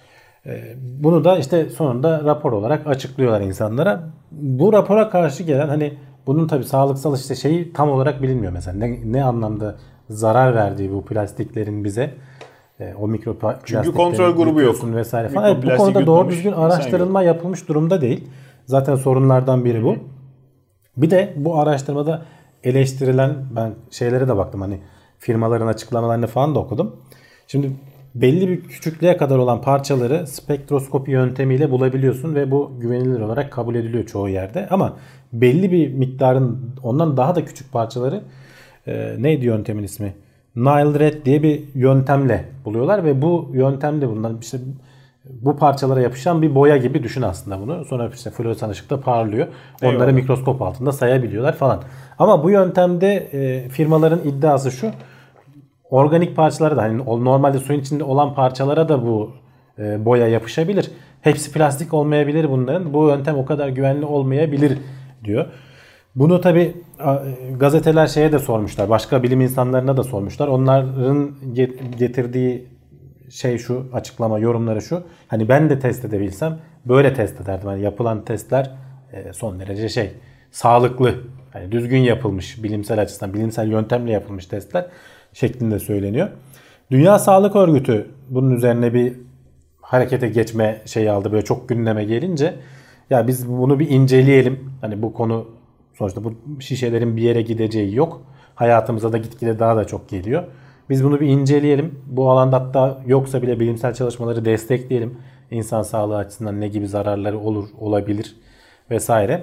Bunu da işte sonunda rapor olarak açıklıyorlar insanlara. Bu rapora karşı gelen hani bunun tabii sağlıksal işte şeyi tam olarak bilinmiyor mesela. Ne, ne anlamda zarar verdiği bu plastiklerin bize o mikroplastiklerin. Çünkü kontrol grubu yok. Vesaire falan. Evet, bu konuda doğru düzgün araştırılma yapılmış durumda değil. Zaten sorunlardan biri bu. Bir de bu araştırmada eleştirilen ben şeylere de baktım hani firmaların açıklamalarını falan da okudum. Şimdi belli bir küçüklüğe kadar olan parçaları spektroskopi yöntemiyle bulabiliyorsun ve bu güvenilir olarak kabul ediliyor çoğu yerde. Ama belli bir miktarın ondan daha da küçük parçaları e, neydi yöntemin ismi? Nile Red diye bir yöntemle buluyorlar ve bu yöntemde bundan işte bu parçalara yapışan bir boya gibi düşün aslında bunu. Sonra işte floresan ışıkta parlıyor. Onları Eyvallah. mikroskop altında sayabiliyorlar falan. Ama bu yöntemde e, firmaların iddiası şu. Organik parçalara da hani normalde suyun içinde olan parçalara da bu e, boya yapışabilir. Hepsi plastik olmayabilir bunların. Bu yöntem o kadar güvenli olmayabilir diyor. Bunu tabi gazeteler şeye de sormuşlar. Başka bilim insanlarına da sormuşlar. Onların getirdiği şey şu, açıklama, yorumları şu. Hani ben de test edebilsem böyle test ederdim. Hani yapılan testler e, son derece şey sağlıklı. Yani düzgün yapılmış bilimsel açıdan, bilimsel yöntemle yapılmış testler şeklinde söyleniyor. Dünya Sağlık Örgütü bunun üzerine bir harekete geçme şeyi aldı. Böyle çok gündeme gelince ya biz bunu bir inceleyelim. Hani bu konu sonuçta bu şişelerin bir yere gideceği yok. Hayatımıza da gitgide daha da çok geliyor. Biz bunu bir inceleyelim. Bu alanda hatta yoksa bile bilimsel çalışmaları destekleyelim. İnsan sağlığı açısından ne gibi zararları olur, olabilir vesaire.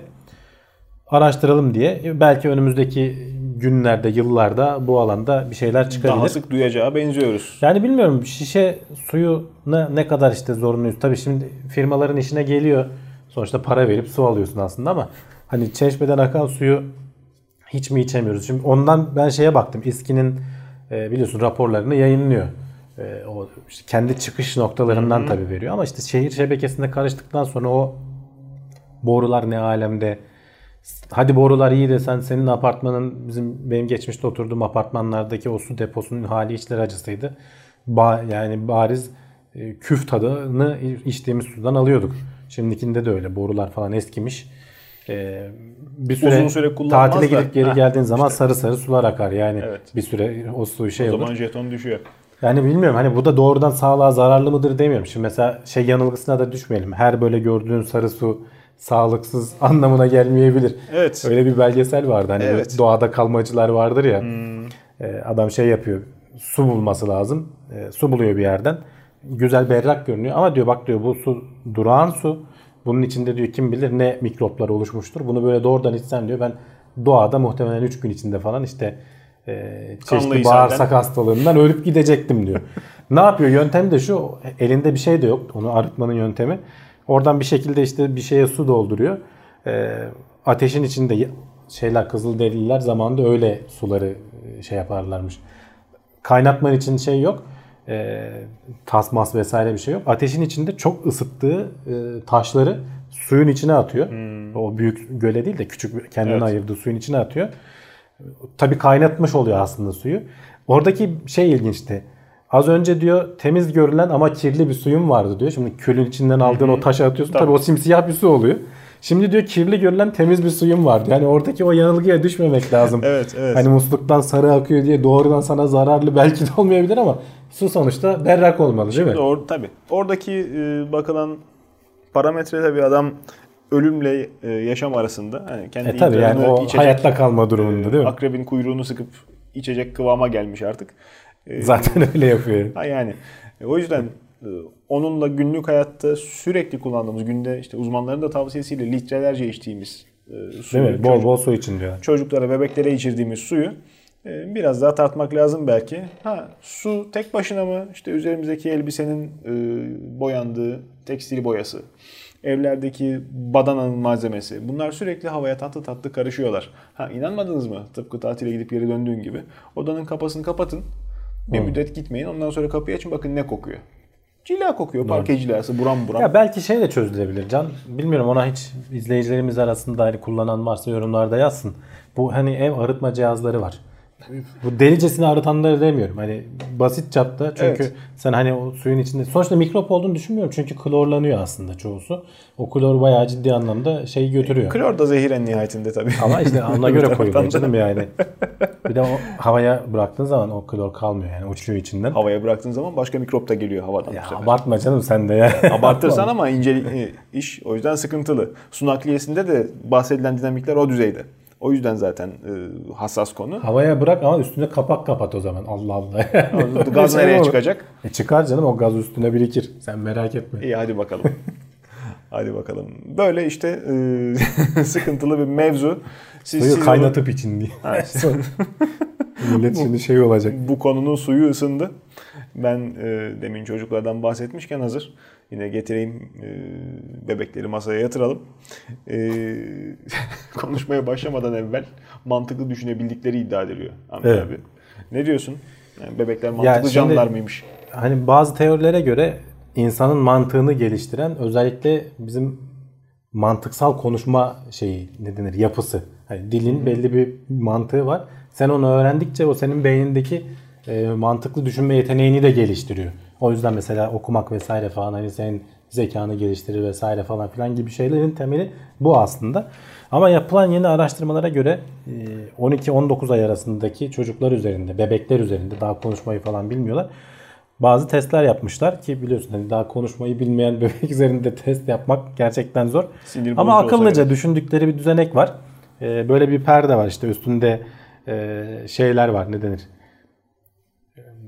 Araştıralım diye. Belki önümüzdeki günlerde, yıllarda bu alanda bir şeyler çıkabilir. Daha sık duyacağı benziyoruz. Yani bilmiyorum, şişe suyu ne, ne kadar işte zorunluyuz. Tabii şimdi firmaların işine geliyor. Sonuçta para verip su alıyorsun aslında ama hani çeşmeden akan suyu hiç mi içemiyoruz? Şimdi ondan ben şeye baktım. İSKİ'nin e, biliyorsun raporlarını yayınlıyor. E, o işte kendi çıkış noktalarından Hı-hı. tabii veriyor ama işte şehir şebekesinde karıştıktan sonra o borular ne alemde. Hadi borular iyi desen senin apartmanın, bizim benim geçmişte oturduğum apartmanlardaki o su deposunun hali içler acısıydı. Ba, yani bariz e, küf tadını içtiğimiz sudan alıyorduk. Şimdikinde de öyle. Borular falan eskimiş. E, bir süre, Uzun süre tatile gidip da. geri Heh, geldiğin zaman işte. sarı sarı sular akar. Yani evet. bir süre o suyu şey olur. O zaman jeton düşüyor. Yani bilmiyorum, hani bu da doğrudan sağlığa zararlı mıdır demiyorum. Şimdi mesela şey yanılgısına da düşmeyelim. Her böyle gördüğün sarı su sağlıksız anlamına gelmeyebilir. Evet. Öyle bir belgesel vardı. Hani evet. doğada kalmacılar vardır ya. Hmm. E, adam şey yapıyor. Su bulması lazım. E, su buluyor bir yerden. Güzel berrak görünüyor ama diyor bak diyor bu su durağan su. Bunun içinde diyor kim bilir ne mikroplar oluşmuştur. Bunu böyle doğrudan içsem diyor ben doğada muhtemelen üç gün içinde falan işte e, çeşitli bağırsak hastalığından ölüp gidecektim diyor. Ne yapıyor? Yöntem de şu. Elinde bir şey de yok. Onu arıtmanın yöntemi. Oradan bir şekilde işte bir şeye su dolduruyor. E, ateşin içinde şeyler, Kızılderililer zamanında öyle suları şey yaparlarmış. Kaynatman için şey yok. E, tasmas vesaire bir şey yok. Ateşin içinde çok ısıttığı e, taşları suyun içine atıyor. Hmm. O büyük göle değil de küçük kendine evet. ayırdığı suyun içine atıyor. Tabii kaynatmış oluyor aslında suyu. Oradaki şey ilginçti. Az önce diyor temiz görülen ama kirli bir suyum vardı diyor. Şimdi külün içinden aldığın Hı-hı. o taşı atıyorsun. Tabii. Tabii o simsiyah bir su oluyor. Şimdi diyor kirli görülen temiz bir suyum vardı. Yani oradaki o yanılgıya düşmemek lazım. evet, evet. Hani musluktan sarı akıyor diye doğrudan sana zararlı belki de olmayabilir ama su sonuçta berrak olmalı değil Şimdi mi? Or, tabii. Oradaki e, bakılan parametre tabii adam ölümle e, yaşam arasında. Hani kendi e tabii yani o içecek, hayatta kalma durumunda değil mi? Akrebin kuyruğunu sıkıp içecek kıvama gelmiş artık. E, Zaten öyle yapıyor. Ha yani e, o yüzden e, onunla günlük hayatta sürekli kullandığımız, günde işte uzmanların da tavsiyesiyle litrelerce içtiğimiz e, suyu, değil mi? Bol bol su için diyor. Çocuklara, bebeklere içirdiğimiz suyu e, biraz daha tartmak lazım belki. Ha su tek başına mı? İşte üzerimizdeki elbisenin e, boyandığı tekstil boyası, evlerdeki badananın malzemesi. Bunlar sürekli havaya tatlı tatlı karışıyorlar. Ha inanmadınız mı? Tıpkı tatile gidip geri döndüğün gibi. Odanın kapısını kapatın. Bir hmm. müddet gitmeyin. Ondan sonra kapıyı açın. Bakın ne kokuyor. Cila kokuyor. Parke cilası. Buram buram. Ya belki şey de çözülebilir Can. Bilmiyorum, ona hiç izleyicilerimiz arasında hani kullanan varsa yorumlarda yazsın. Bu hani ev arıtma cihazları var. Bu delicesine arıtanları demiyorum. Hani basit çapta çünkü evet. sen hani o suyun içinde sonuçta mikrop olduğunu düşünmüyorum çünkü klorlanıyor aslında çoğu su. O klor bayağı ciddi anlamda şeyi götürüyor. Klor da zehir en nihayetinde tabii. Ama işte ona göre koyuluyor canım yani. Bir de o havaya bıraktığın zaman o klor kalmıyor yani uçuyor içinden. Havaya bıraktığın zaman başka mikrop da geliyor havadan. Ya abartma canım sen de ya. Abartırsan ama ince iş o yüzden sıkıntılı. Su nakliyesinde de bahsedilen dinamikler o düzeyde. O yüzden zaten e, hassas konu. Havaya bırak ama üstüne kapak kapat o zaman. Allah Allah. Gaz nereye çıkacak? E çıkar canım, o gaz üstüne birikir. Sen merak etme. İyi hadi bakalım. Hadi bakalım. Böyle işte e, sıkıntılı bir mevzu. Siz, suyu siz kaynatıp onu... için diye. Millet şimdi şey olacak. Bu konunun suyu ısındı. Ben e, demin çocuklardan bahsetmişken hazır. Yine getireyim e, bebekleri masaya yatıralım. E, konuşmaya başlamadan evvel mantıklı düşünebildikleri iddia ediliyor. Ahmet evet. abi. Ne diyorsun? Yani bebekler mantıklı yani canlılar mıymış? Hani bazı teorilere göre insanın mantığını geliştiren özellikle bizim mantıksal konuşma şeyi ne denir yapısı. Hani dilin Hı-hı. belli bir mantığı var. Sen onu öğrendikçe o senin beynindeki e, mantıklı düşünme yeteneğini de geliştiriyor. O yüzden mesela okumak vesaire falan hani senin zekanı geliştirir vesaire falan filan gibi şeylerin temeli bu aslında. Ama yapılan yeni araştırmalara göre on iki on dokuz ay arasındaki çocuklar üzerinde, bebekler üzerinde daha konuşmayı falan bilmiyorlar. Bazı testler yapmışlar ki biliyorsun hani daha konuşmayı bilmeyen bebek üzerinde test yapmak gerçekten zor. Sinir Ama akıllıca düşündükleri bir düzenek var. Böyle bir perde var işte üstünde şeyler var ne denir?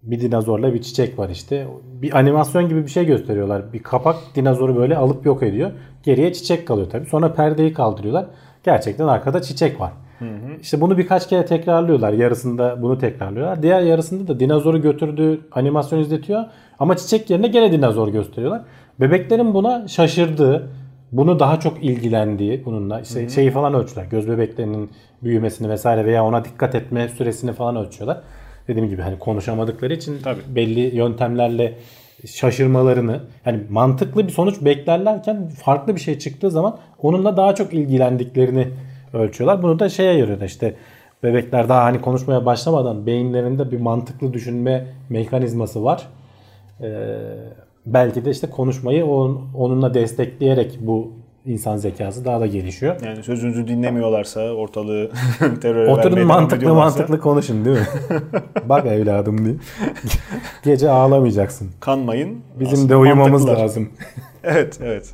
bir dinozorla bir çiçek var işte. Bir animasyon gibi bir şey gösteriyorlar. Bir kapak dinozoru böyle alıp yok ediyor. Geriye çiçek kalıyor tabii. Sonra perdeyi kaldırıyorlar. Gerçekten arkada çiçek var. Hı hı. İşte bunu birkaç kere tekrarlıyorlar. Yarısında bunu tekrarlıyorlar. Diğer yarısında da dinozoru götürdüğü animasyon izletiyor. Ama çiçek yerine gene dinozor gösteriyorlar. Bebeklerin buna şaşırdığı, bunu daha çok ilgilendiği, bununla işte Hı-hı. şeyi falan ölçüyorlar. Göz bebeklerinin büyümesini vesaire veya ona dikkat etme süresini falan ölçüyorlar. Dediğim gibi hani konuşamadıkları için Tabii. belli yöntemlerle şaşırmalarını, yani mantıklı bir sonuç beklerlerken farklı bir şey çıktığı zaman onunla daha çok ilgilendiklerini ölçüyorlar. Bunu da şeye yarıyor, işte bebekler daha hani konuşmaya başlamadan beyinlerinde bir mantıklı düşünme mekanizması var. Ee, belki de işte konuşmayı on, onunla destekleyerek bu insan zekası daha da gelişiyor. Yani sözünüzü dinlemiyorlarsa, ortalığı teröre Oturun mantıklı mantıklı konuşun değil mi? Bak evladım diye. Gece ağlamayacaksın. Kanmayın. Bizim de uyumamız lazım. Evet, evet.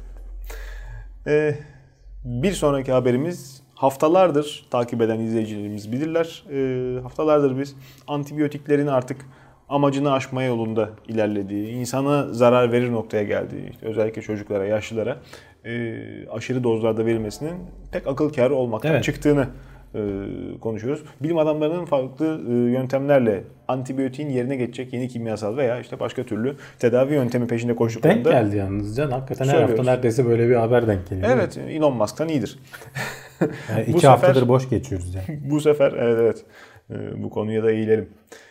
Ee, bir sonraki haberimiz, haftalardır takip eden izleyicilerimiz bilirler. Ee, haftalardır biz antibiyotiklerin artık amacını aşma yolunda ilerlediği, insana zarar verir noktaya geldiği, işte özellikle çocuklara, yaşlılara e, aşırı dozlarda verilmesinin pek akıl kârı olmaktan evet. çıktığını e, konuşuyoruz. Bilim adamlarının farklı e, yöntemlerle antibiyotiğin yerine geçecek yeni kimyasal veya işte başka türlü tedavi yöntemi peşinde koştuklarında... Denk geldi yalnız Can. Hakikaten her hafta neredeyse böyle bir haber denk geliyor. Evet. Elon Musk'tan iyidir. Yani iki sefer, haftadır boş geçiyoruz yani. Bu sefer evet evet. E, bu konuya da eğilelim.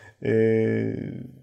Ee,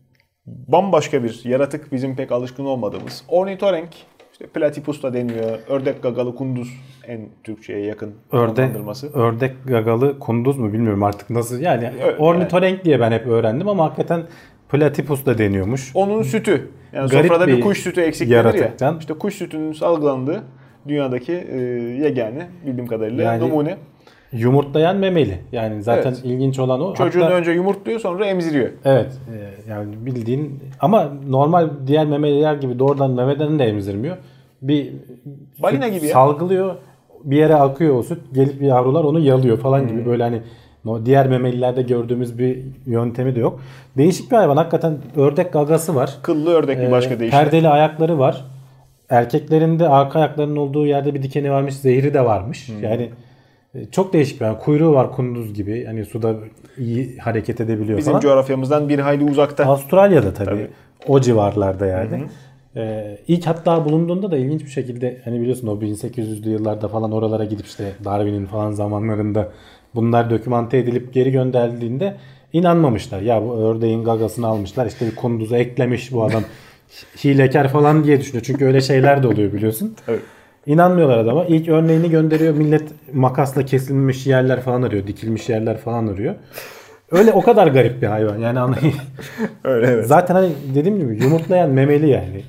bambaşka bir yaratık, bizim pek alışkın olmadığımız ornitorenk, işte platypus da deniyor, ördek gagalı kunduz en Türkçe'ye yakın adlandırması. Ördek, ördek gagalı kunduz mu bilmiyorum artık nasıl yani Ö- ornitorenk yani. diye ben hep öğrendim ama hakikaten platypus da deniyormuş. Onun sütü, yani garip sofrada bir, bir kuş sütü eksik denir ya, işte kuş sütünün salgılandığı dünyadaki e, yegane bildiğim kadarıyla yani, numune. Yumurtlayan memeli. Yani zaten evet. ilginç olan o. Çocuğunu Hatta, önce yumurtluyor, sonra emziriyor. Evet. E, yani bildiğin ama normal diğer memeliler gibi doğrudan memeden de emzirmiyor. Bir balina gibi salgılıyor. Ya. Bir yere akıyor o süt. Gelip yavrular onu yalıyor falan hmm. gibi böyle hani diğer memelilerde gördüğümüz bir yöntemi de yok. Değişik bir hayvan. Hakikaten ördek gagası var. Kıllı ördek bir başka değişik. Perdeli ayakları var. Erkeklerinde arka ayaklarının olduğu yerde bir dikeni varmış. Zehri de varmış. Hmm. Yani çok değişik bir yani kuyruğu var kunduz gibi. Hani suda iyi hareket edebiliyor Bizim falan. Bizim coğrafyamızdan bir hayli uzakta. Avustralya'da tabii. tabii. O civarlarda yani. Hı hı. Ee, ilk hatta bulunduğunda da ilginç bir şekilde hani biliyorsun o bin sekiz yüzlü yıllarda falan oralara gidip işte Darwin'in falan zamanlarında bunlar dokümante edilip geri gönderildiğinde inanmamışlar. Ya bu ördeğin gagasını almışlar işte bir kunduzu eklemiş bu adam hilekar falan diye düşünüyor. Çünkü öyle şeyler de oluyor biliyorsun. Tabii. İnanmıyorlar adama. İlk örneğini gönderiyor. Millet makasla kesilmiş yerler falan arıyor. Dikilmiş yerler falan arıyor. Öyle o kadar garip bir hayvan. Yani anlayın. Öyle evet. Zaten hani dediğim gibi yumurtlayan memeli yani.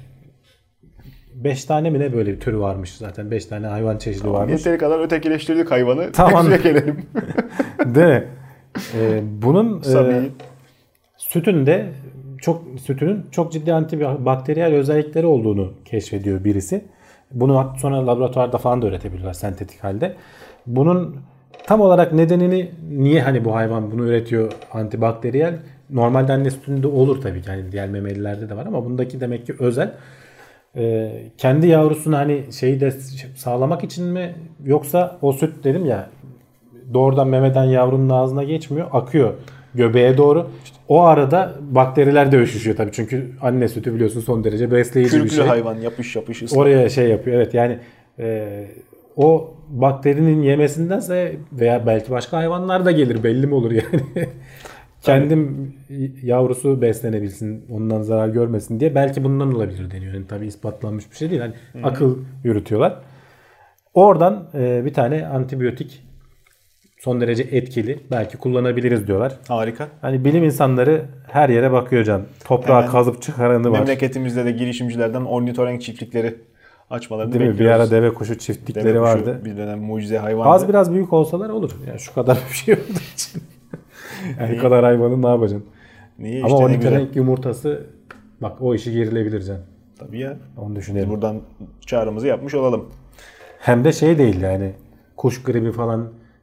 Beş tane mi ne böyle bir türü varmış zaten. Beş tane hayvan çeşidi tamam, varmış. Yeteri kadar ötekileştirdik hayvanı. Tamam. Gelelim. Değil mi? Ee, bunun e, sütünde çok sütünün çok ciddi antibakteriyel özellikleri olduğunu keşfediyor birisi. Bunu sonra laboratuvarda falan da üretebilirler sentetik halde. Bunun tam olarak nedenini niye hani bu hayvan bunu üretiyor antibakteriyel? Normalde anne sütünde olur tabii ki. Yani diğer memelilerde de var ama bundaki demek ki özel. Ee, kendi yavrusunu hani şeyi de sağlamak için mi yoksa o süt dedim ya doğrudan memeden yavrunun ağzına geçmiyor, akıyor göbeğe doğru. O arada bakteriler de üşüşüyor tabii. Çünkü anne sütü biliyorsun son derece besleyici Kürklü bir şey. hayvan yapış yapış ıslah. Oraya şey yapıyor. Evet yani e, o bakterinin yemesindense veya belki başka hayvanlar da gelir belli mi olur yani. Kendim yavrusu beslenebilsin, ondan zarar görmesin diye belki bundan olabilir deniyor. Yani tabii ispatlanmış bir şey değil. Hani hmm. akıl yürütüyorlar. Oradan e, bir tane antibiyotik son derece etkili. Belki kullanabiliriz diyorlar. Harika. Hani bilim insanları her yere bakıyor Can. Toprağa Hemen kazıp çıkaranı var. Memleketimizde de girişimcilerden ornitorenk çiftlikleri açmalarını Değil bekliyoruz. Mi? Bir ara deve kuşu çiftlikleri deve kuşu vardı. Bir dönem mucize hayvandı. Az biraz büyük olsalar olur. Yani şu kadar bir şey olduğu için. Yani bu kadar hayvanın ne yapacaksın? Niye? Ama ornitorenk yumurtası bak o işi gerilebilir Can. Tabii ya. Onu düşünelim. Biz buradan çağrımızı yapmış olalım. Hem de şey değil yani kuş gribi falan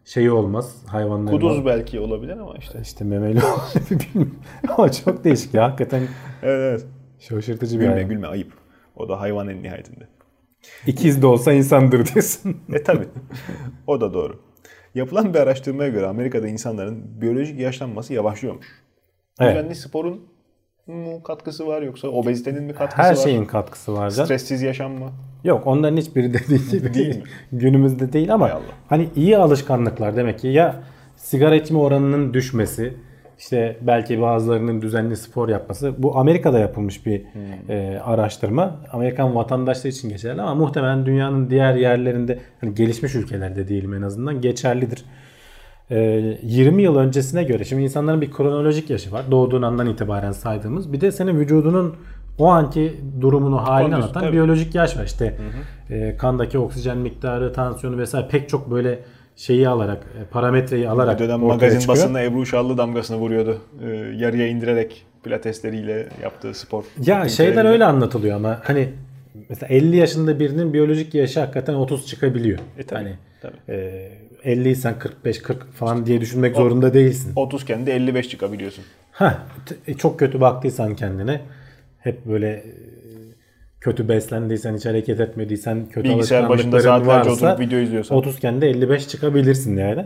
şeyi olmaz hayvanların. Kuduz belki olabilir ama işte. İşte memeli bilmiyorum. Ama çok değişik ya. Hakikaten Evet evet. şaşırtıcı bir Gülme hayvan. gülme ayıp. O da hayvan en nihayetinde. İkiz de olsa insandır diyorsun. E tabi. O da doğru. Yapılan bir araştırmaya göre Amerika'da insanların biyolojik yaşlanması yavaşlıyormuş. Evet. Düzenli sporun mu katkısı var yoksa obezitenin mi katkısı Her var? şeyin katkısı var canım. Stressiz yaşam mı? Yok, onların hiçbiri de değil. Değil mi? Günümüzde değil ama Hay Allah. hani iyi alışkanlıklar demek ki ya sigara içme oranının düşmesi, işte belki bazılarının düzenli spor yapması. Bu Amerika'da yapılmış bir hmm. e, araştırma. Amerikan vatandaşları için geçerli ama muhtemelen dünyanın diğer yerlerinde, hani gelişmiş ülkelerde diyelim en azından, geçerlidir. E, yirmi yıl öncesine göre, şimdi insanların bir kronolojik yaşı var. Doğduğun andan itibaren saydığımız. Bir de senin vücudunun o anki durumunu, halini Kondüs, anlatan tabii. biyolojik yaş var. İşte hı hı. E, kandaki oksijen miktarı, tansiyonu vesaire pek çok böyle şeyi alarak, e, parametreyi alarak Bir dönem ortaya magazin çıkıyor. basında Ebru Şallı damgasını vuruyordu. Ee, yarıya indirerek pilatesleriyle yaptığı spor. Ya şeyler öyle anlatılıyor ama hani mesela elli yaşında birinin biyolojik yaşı hakikaten otuz çıkabiliyor. E, tabii, hani tabii. E, elliysen kırk beş kırk falan diye düşünmek o, zorunda değilsin. otuzken de elli beş çıkabiliyorsun. Ha, çok kötü baktıysan kendine, hep böyle kötü beslendiysen, hiç hareket etmediysen, kötü bilgisayar başında alışkanlıkların saatlerce varsa oturup video izliyorsan. otuzken de elli beş çıkabilirsin yani.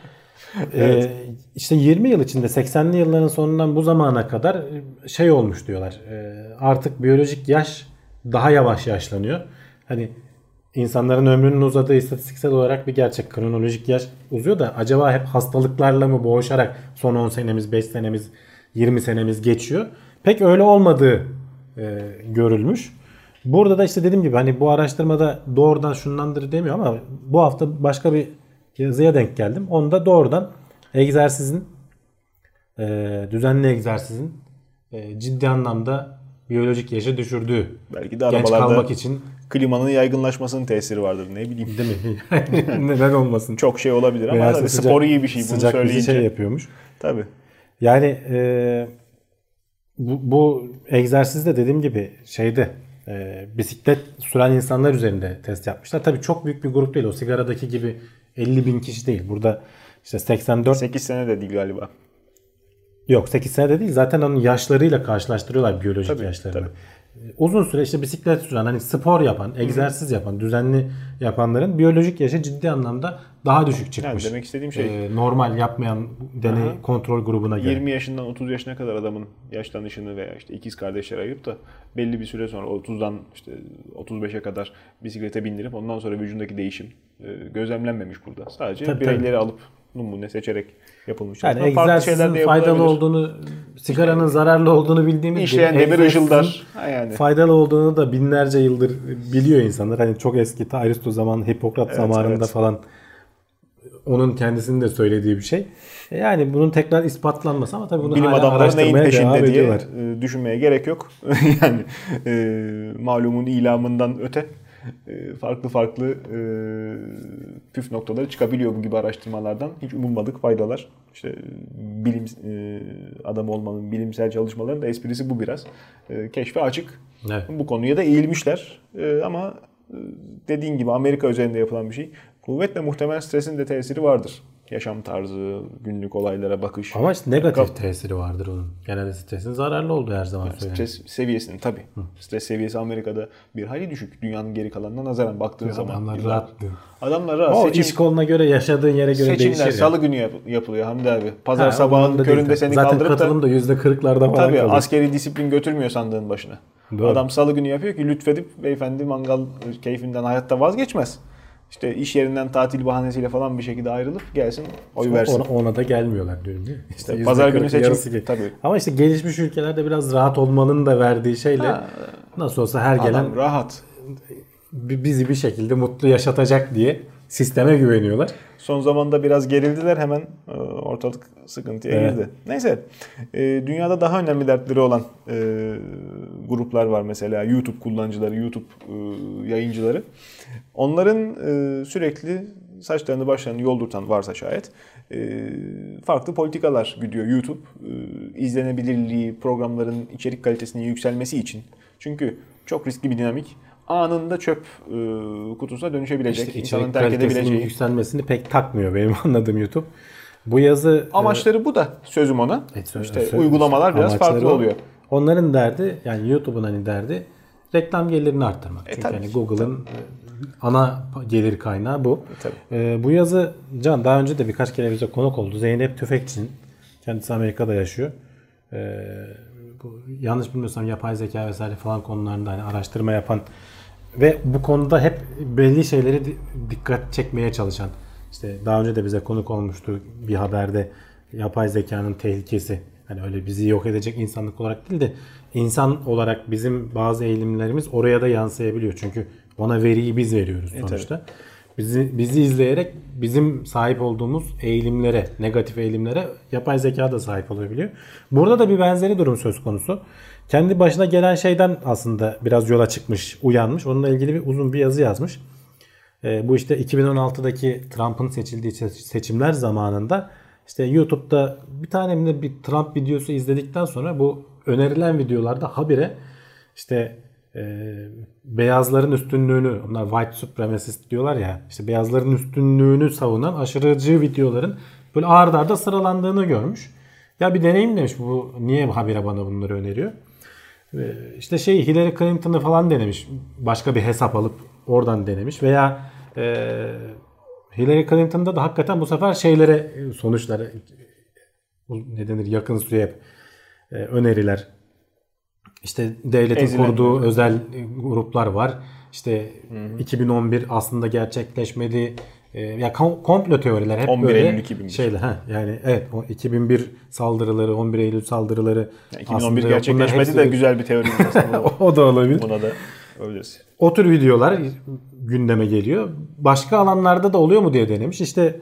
Evet. Ee, işte yirmi yıl içinde, seksenli yılların sonundan bu zamana kadar şey olmuş diyorlar. Ee, artık biyolojik yaş daha yavaş yaşlanıyor. Hani insanların ömrünün uzadığı istatistiksel olarak bir gerçek. Kronolojik yaş uzuyor da acaba hep hastalıklarla mı boğuşarak son on senemiz, beş senemiz, yirmi senemiz geçiyor? Pek öyle olmadığı e, görülmüş. Burada da işte dediğim gibi hani bu araştırmada doğrudan şundandır demiyor ama bu hafta başka bir yazıya denk geldim. Onda doğrudan egzersizin, e, düzenli egzersizin e, ciddi anlamda biyolojik yaşı düşürdüğü. Belki de genç arabalarda kalmak için klimanın yaygınlaşmasının tesiri vardır, ne bileyim. Değil mi? Neden olmasın? Çok şey olabilir ama tabii sıcak, spor iyi bir şey, bunu sıcak söyleyince. Sıcak şey yapıyormuş. Tabii. Yani e, bu, bu egzersizde dediğim gibi şeyde e, bisiklet süren insanlar üzerinde test yapmışlar. Tabii çok büyük bir grup değil. O sigaradaki gibi elli bin kişi değil. Burada işte seksen dört... sekiz sene de değil galiba. Yok, sekiz senede değil. Zaten onun yaşlarıyla karşılaştırıyorlar biyolojik tabii, yaşlarını. Tabii. Uzun süre işte bisiklet süren, hani spor yapan, egzersiz yapan, düzenli yapanların biyolojik yaşı ciddi anlamda daha düşük çıkmış. Yani demek istediğim şey Ee, normal yapmayan deney Aha. kontrol grubuna göre. yirmi yaşından otuz yaşına kadar adamın yaşlanışını veya işte ikiz kardeşler ayırıp da belli bir süre sonra otuzdan işte otuz beşe kadar bisiklete bindirip ondan sonra vücudundaki değişim gözlemlenmemiş burada. Sadece tabii, bireyleri tabii. alıp numune seçerek yapılmış. Yani egzersizin faydalı olduğunu, sigaranın zararlı olduğunu bildiğimiz gibi işleyen demir ışıldar. Yani. Faydalı olduğunu da binlerce yıldır biliyor insanlar. Hani çok eski, ta Aristo zamanı, Hipokrat evet, zamanında evet. falan onun kendisinin de söylediği bir şey. Yani bunun tekrar ispatlanması ama tabii bunu bilim hala adamları neyin peşinde diye ediyorlar. düşünmeye gerek yok. Yani e, malumun ilamından öte farklı farklı e, püf noktaları çıkabiliyor bu gibi araştırmalardan. Hiç umulmadık faydalar. İşte bilim e, adamı olmanın bilimsel çalışmaların da esprisi bu biraz. E, keşfe açık. Evet. Bu konuya da eğilmişler. E, ama dediğin gibi Amerika üzerinde yapılan bir şey. Kuvvetle muhtemel stresin de tesiri vardır. Yaşam tarzı, günlük olaylara bakış. Ama işte negatif Kap- tesiri vardır onun. Genelde stresin zararlı olduğu her zaman yani söyleniyor. Stres seviyesinin tabii. Hı. Stres seviyesi Amerika'da bir hayli düşük. Dünyanın geri kalanına nazaran baktığın ya zaman. Adamlar rahat. Adamlar rahat. O seçim, iş koluna göre, yaşadığın yere göre seçimler, değişir. Seçimler salı günü yap- yapılıyor Hamdi abi. Pazar ha, sabahın köründe değil, seni zaten kaldırıp da. Zaten katılım da yüzde kırklarda falan tabii, kalıyor. askeri disiplin götürmüyor sandığın başına. Doğru. Adam salı günü yapıyor ki lütfedip beyefendi mangal keyfinden hayatta vazgeçmez. İşte iş yerinden tatil bahanesiyle falan bir şekilde ayrılıp gelsin oy işte versin. Ona, ona da gelmiyorlar diyorum değil mi? İşte işte pazar günü seçim tabii. Ama işte gelişmiş ülkelerde biraz rahat olmanın da verdiği şeyle ha, nasıl olsa her gelen adam rahat. Bizi bir şekilde mutlu yaşatacak diye sisteme güveniyorlar. Son zamanda biraz gerildiler, hemen ortalık sıkıntıya evet. girdi. Neyse, dünyada daha önemli dertleri olan gruplar var mesela, YouTube kullanıcıları, YouTube yayıncıları. Onların sürekli saçlarını başlarını yoldurtan varsa şayet farklı politikalar güdüyor YouTube. İzlenebilirliği, programların içerik kalitesinin yükselmesi için. Çünkü çok riskli bir dinamik. anında çöp e, kutusuna dönüşebilecek, İşte insanın içerik terk kalitesinin edebileceği. yükselmesini pek takmıyor benim anladığım YouTube. Bu yazı Amaçları e, bu da sözüm ona. E, söz, işte söz, uygulamalar işte, biraz farklı o. oluyor. Onların derdi, yani YouTube'un hani derdi reklam gelirini arttırmak. E, Çünkü hani Google'ın ana gelir kaynağı bu. E, e, bu yazı Can daha önce de birkaç kere bize konuk oldu. Zeynep Tüfekçi'nin, kendisi Amerika'da yaşıyor. E, bu, yanlış bilmiyorsam yapay zeka vesaire falan konularında hani araştırma yapan ve bu konuda hep belli şeyleri dikkat çekmeye çalışan. İşte daha önce de bize konuk olmuştu bir haberde, yapay zekanın tehlikesi. Hani öyle bizi yok edecek insanlık olarak değil de insan olarak bizim bazı eğilimlerimiz oraya da yansıyabiliyor. Çünkü ona veriyi biz veriyoruz sonuçta. Evet, bizi bizi izleyerek bizim sahip olduğumuz eğilimlere, negatif eğilimlere yapay zeka da sahip olabiliyor. Burada da bir benzeri durum söz konusu. Kendi başına gelen şeyden aslında biraz yola çıkmış, uyanmış. Onunla ilgili bir uzun bir yazı yazmış. E, bu işte iki bin on altıdaki Trump'ın seçildiği seçimler zamanında işte YouTube'da bir tane bir Trump videosu izledikten sonra bu önerilen videolarda habire işte e, beyazların üstünlüğünü, onlar white supremacist diyorlar ya, işte beyazların üstünlüğünü savunan aşırıcı videoların böyle ard arda sıralandığını görmüş. Ya bir deneyim demiş, bu niye habire bana bunları öneriyor? E, işte şey Hillary Clinton'ı falan denemiş. Başka bir hesap alıp oradan denemiş veya e, Hillary Clinton'da da hakikaten bu sefer şeylere, sonuçları ne denir, yakın suya hep e, öneriler. İşte devletin Ezilen kurduğu mi? özel gruplar var. İşte hı hı. iki bin on bir aslında gerçekleşmedi. E, ya komplo teoriler hep on bir böyle Eylül iki bin bir. şeyler. Ha, yani evet, o iki bin bir saldırıları, on bir Eylül saldırıları. Yani iki bin on bir gerçekleşmedi de güzel bir teori aslında. O da olabilir. Buna da öylesi. O tür videolar gündeme geliyor. Başka alanlarda da oluyor mu diye denemiş. İşte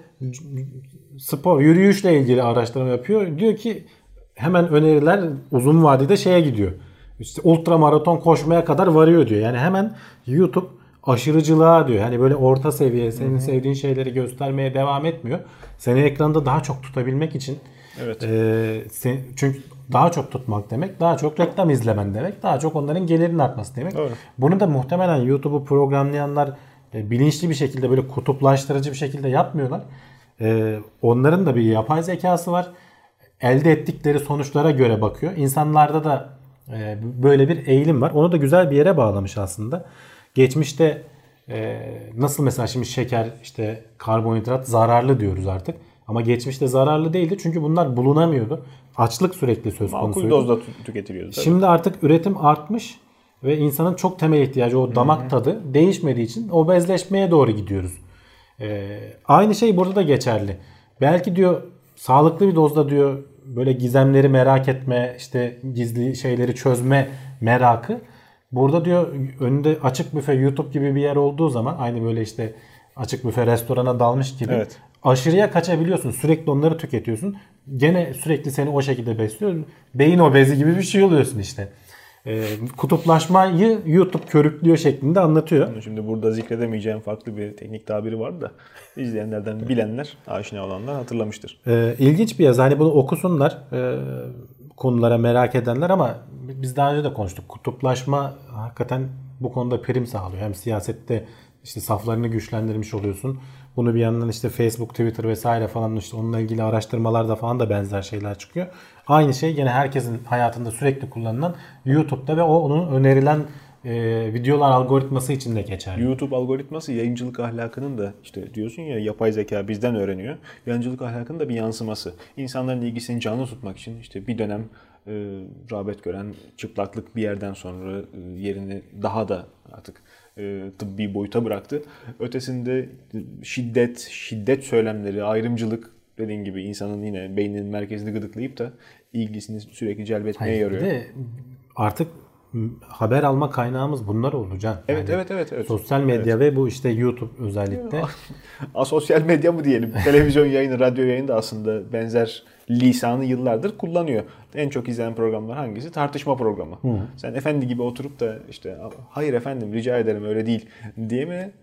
spor, yürüyüşle ilgili araştırma yapıyor. Diyor ki hemen öneriler uzun vadede şeye gidiyor. İşte ultra maraton koşmaya kadar varıyor diyor. Yani hemen YouTube aşırıcılığa diyor. Hani böyle orta seviye, senin Hı-hı. sevdiğin şeyleri göstermeye devam etmiyor. Seni ekranda daha çok tutabilmek için. Evet. E, sen, çünkü daha çok tutmak demek, daha çok reklam izlemen demek, daha çok onların gelirinin artması demek. Doğru. Bunu da muhtemelen YouTube'u programlayanlar e, bilinçli bir şekilde, böyle kutuplaştırıcı bir şekilde yapmıyorlar. E, onların da bir yapay zekası var. Elde ettikleri sonuçlara göre bakıyor. İnsanlarda da e, böyle bir eğilim var. Onu da güzel bir yere bağlamış aslında. Geçmişte e, nasıl mesela şimdi şeker, işte karbonhidrat zararlı diyoruz artık. Ama geçmişte zararlı değildi çünkü bunlar bulunamıyordu. Açlık sürekli söz konusuydu. Makul dozda tüketiliyordu. Tabii. Şimdi artık üretim artmış ve insanın çok temel ihtiyacı o damak tadı değişmediği için obezleşmeye doğru gidiyoruz. Ee, aynı şey burada da geçerli. Belki diyor sağlıklı bir dozda diyor böyle gizemleri merak etme, işte gizli şeyleri çözme merakı. Burada diyor önünde açık büfe YouTube gibi bir yer olduğu zaman, aynı böyle işte açık büfe restorana dalmış gibi. Evet. Aşırıya kaçabiliyorsun. Sürekli onları tüketiyorsun. Gene sürekli seni o şekilde besliyor. Beyin obezi gibi bir şey oluyorsun işte. Ee, kutuplaşmayı YouTube körüklüyor şeklinde anlatıyor. Şimdi burada zikredemeyeceğim farklı bir teknik tabiri var da izleyenlerden bilenler, aşina olanlar hatırlamıştır. Ee, ilginç bir yazı. Hani bunu okusunlar e, konulara merak edenler, ama biz daha önce de konuştuk. Kutuplaşma hakikaten bu konuda prim sağlıyor. Hem siyasette işte saflarını güçlendirmiş oluyorsun. Bunu bir yandan işte Facebook, Twitter vesaire falan, işte onunla ilgili araştırmalarda falan da benzer şeyler çıkıyor. Aynı şey gene herkesin hayatında sürekli kullanılan YouTube'da ve o onun önerilen e, videolar algoritması için de geçerli. YouTube algoritması yayıncılık ahlakının da, işte diyorsun ya yapay zeka bizden öğreniyor. Yayıncılık ahlakının da bir yansıması. İnsanların ilgisini canlı tutmak için işte bir dönem e, rağbet gören çıplaklık bir yerden sonra e, yerini daha da artık e, tıbbi boyuta bıraktı. Ötesinde şiddet, şiddet söylemleri, ayrımcılık, dediğin gibi insanın yine beyninin merkezini gıdıklayıp da ilgisini sürekli celbetmeye Hayır, yarıyor. Bir de artık haber alma kaynağımız bunlar oldu Can. Evet, yani evet, evet, evet. Sosyal medya evet. Ve bu işte YouTube özellikle. Asosyal medya mı diyelim? Televizyon yayını, radyo yayını da aslında benzer lisanı yıllardır kullanıyor. En çok izlenen programlar hangisi? Tartışma programı. Hı. Sen efendi gibi oturup da işte hayır efendim rica ederim öyle değil diye mi?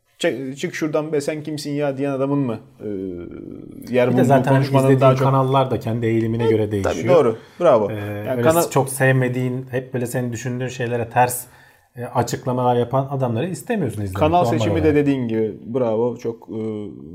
Çık şuradan be sen kimsin ya diyen adamın mı Ee, yer bulduğu konuşmanın izlediğin daha çok... kanallar da kendi eğilimine evet, göre değişiyor. Tabii doğru. Bravo. Ee, yani kanal... Çok sevmediğin, hep böyle senin düşündüğün şeylere ters e, açıklamalar yapan adamları istemiyorsun izlemek. Kanal normal seçimi olarak. de dediğin gibi bravo, çok e,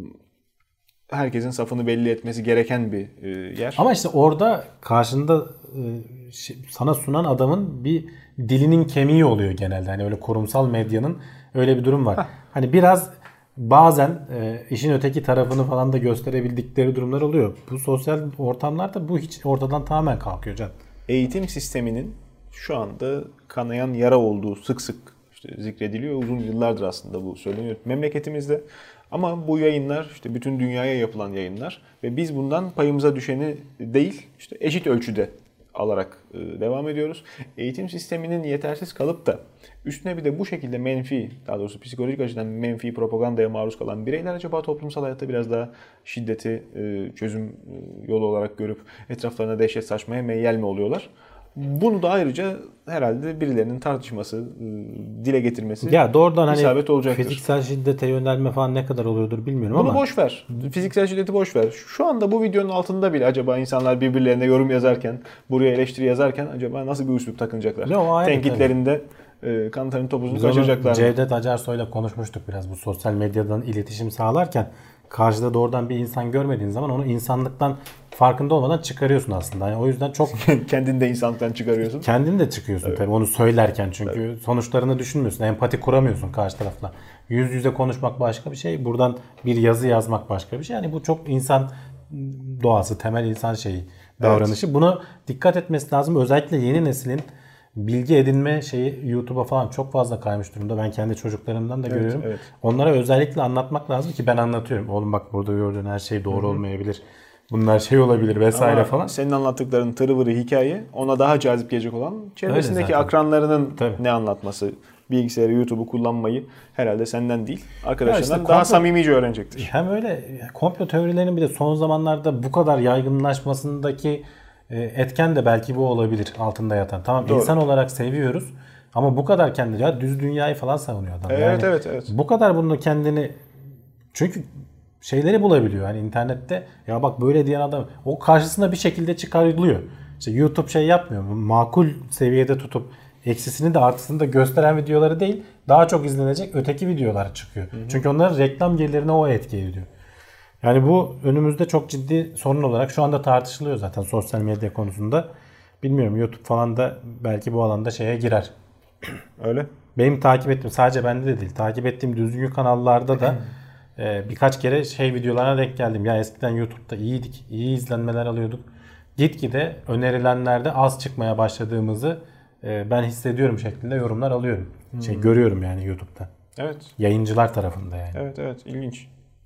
herkesin safını belli etmesi gereken bir e, yer. Ama işte orada karşında e, şey- sana sunan adamın bir dilinin kemiği oluyor genelde. Hani öyle kurumsal medyanın öyle bir durum var. Hah. Hani biraz bazen e, işin öteki tarafını falan da gösterebildikleri durumlar oluyor. Bu sosyal ortamlarda bu hiç ortadan tamamen kalkıyor Can. Eğitim sisteminin şu anda kanayan yara olduğu sık sık işte zikrediliyor. Uzun yıllardır aslında bu söyleniyor memleketimizde. Ama bu yayınlar işte bütün dünyaya yapılan yayınlar ve biz bundan payımıza düşeni değil, işte eşit ölçüde alarak e, devam ediyoruz. Eğitim sisteminin yetersiz kalıp da üstüne bir de bu şekilde menfi, daha doğrusu psikolojik açıdan menfi propagandaya maruz kalan bireyler acaba toplumsal hayatta biraz daha şiddeti e, çözüm e, yolu olarak görüp etraflarına dehşet saçmaya meyyal mi oluyorlar? Bunu da ayrıca herhalde birilerinin tartışması, e, dile getirmesi Ya doğrudan hani isabet olacaktır. fiziksel şiddete yönelme falan ne kadar oluyordur bilmiyorum Bunu ama. boş ver. Fiziksel şiddeti boş ver. Şu anda bu videonun altında bile acaba insanlar birbirlerine yorum yazarken, buraya eleştiri yazarken acaba nasıl bir üslup takınacaklar? Ne o ayrı, Tenkitlerinde e, kantarın topuzunu Biz onu kaçıracaklar mı? Cevdet Acarsoy'la konuşmuştuk biraz bu sosyal medyadan iletişim sağlarken. Karşıda doğrudan bir insan görmediğin zaman onu insanlıktan farkında olmadan çıkarıyorsun aslında. Yani o yüzden çok Kendini de insanlıktan çıkarıyorsun. kendin de çıkıyorsun Evet. tabii onu söylerken çünkü sonuçlarını düşünmüyorsun. Empati kuramıyorsun karşı tarafla. Yüz yüze konuşmak başka bir şey. Buradan bir yazı yazmak başka bir şey. Yani bu çok insan doğası, temel insan şeyi, davranışı. Bunu dikkat etmesi lazım. Özellikle yeni neslin bilgi edinme şeyi YouTube'a falan çok fazla kaymış durumda. Ben kendi çocuklarımdan da Evet, görüyorum. evet. Onlara özellikle anlatmak lazım ki ben anlatıyorum. Oğlum bak burada gördüğün her şey doğru olmayabilir. Bunlar şey olabilir vesaire Ama falan. senin anlattıkların tırıvırı hikaye ona daha cazip gelecek olan çevresindeki zaten. akranlarının Tabii. ne anlatması, bilgisayarı, YouTube'u kullanmayı herhalde senden değil, arkadaşlarından işte daha komplo- samimice öğrenecektir. Hem öyle komplo teorilerinin bir de son zamanlarda bu kadar yaygınlaşmasındaki e, etken de belki bu olabilir altında yatan. Tamam Doğru. insan olarak seviyoruz ama bu kadar kendini ya düz dünyayı falan savunuyor adam. Evet, Yani evet, evet. bu kadar bunu kendini çünkü şeyleri bulabiliyor. Hani internette ya bak böyle diyen adam o karşısına bir şekilde çıkarılıyor. İşte YouTube şey yapmıyor. Makul seviyede tutup eksisini de artısını da gösteren videoları değil daha çok izlenecek öteki videolar çıkıyor. Hı hı. Çünkü onların reklam gelirine o etki ediyor. Yani bu önümüzde çok ciddi sorun olarak şu anda tartışılıyor zaten sosyal medya konusunda. Bilmiyorum YouTube falan da belki bu alanda şeye girer. Öyle. Benim takip ettiğim sadece bende de değil. Takip ettiğim düzgün kanallarda da e, birkaç kere şey videolarına denk geldim. Ya eskiden YouTube'da iyiydik. İyi izlenmeler alıyorduk. Gitgide önerilenlerde az çıkmaya başladığımızı e, ben hissediyorum şeklinde yorumlar alıyorum. Şey Hmm. görüyorum yani YouTube'da. Evet. Yayıncılar tarafında yani. Evet, evet. İlginç.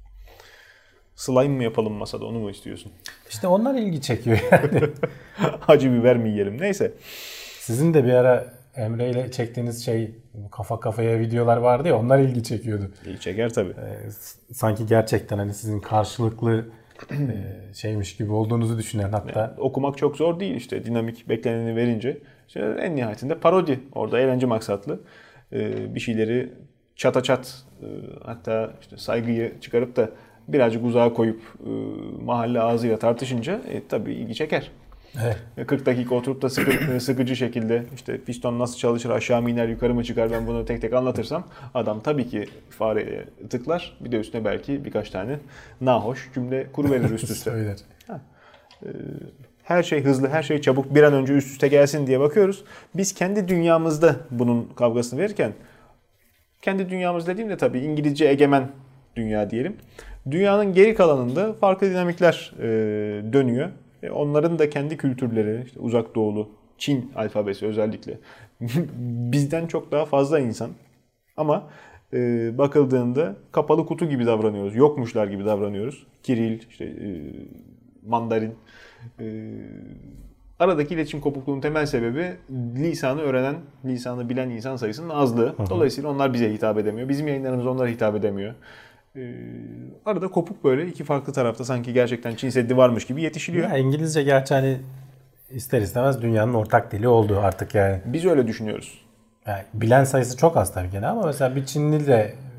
Slime mı yapalım masada, onu mu istiyorsun? İşte onlar ilgi çekiyor yani. Acı biber mi yiyelim? Neyse. Sizin de bir ara Emre ile çektiğiniz şey kafa kafaya videolar vardı ya onlar ilgi çekiyordu. İyi çeker tabii. Ee, sanki gerçekten hani sizin karşılıklı e, şeymiş gibi olduğunuzu düşünen hatta. Yani okumak çok zor değil işte, dinamik bekleneni verince. İşte en nihayetinde parodi. Orada eğlence maksatlı. Ee, bir şeyleri çata çat e, hatta işte saygıyı çıkarıp da birazcık uzağa koyup e, mahalle ağzıyla tartışınca e, tabii ilgi çeker. Evet. kırk dakika oturup da sıkı, sıkıcı şekilde işte piston nasıl çalışır, aşağı mı iner, yukarı mı çıkar, ben bunu tek tek anlatırsam adam tabii ki fareye tıklar. Bir de üstüne belki birkaç tane nahoş cümle kuruverir üst üste. Söyler. Her şey hızlı, her şey çabuk, bir an önce üst üste gelsin diye bakıyoruz. Biz kendi dünyamızda bunun kavgasını verirken, kendi dünyamız dediğimde tabii İngilizce egemen dünya diyelim. Dünyanın geri kalanında farklı dinamikler e, dönüyor. E, onların da kendi kültürleri, işte uzak doğulu, Çin alfabesi özellikle bizden çok daha fazla insan. Ama e, bakıldığında kapalı kutu gibi davranıyoruz, yokmuşlar gibi davranıyoruz. Kiril, işte e, Mandarin. E, aradaki iletişim kopukluğunun temel sebebi lisanı öğrenen, lisanı bilen insan sayısının azlığı. Hı hı. Dolayısıyla onlar bize hitap edemiyor. Bizim yayınlarımız onlara hitap edemiyor. Ee, arada kopuk böyle iki farklı tarafta sanki gerçekten Çin Seddi varmış gibi yetişiliyor. Ya İngilizce gerçi hani ister istemez dünyanın ortak dili oldu artık yani. Biz öyle düşünüyoruz. Yani bilen sayısı çok az tabii gene ama mesela bir Çinli de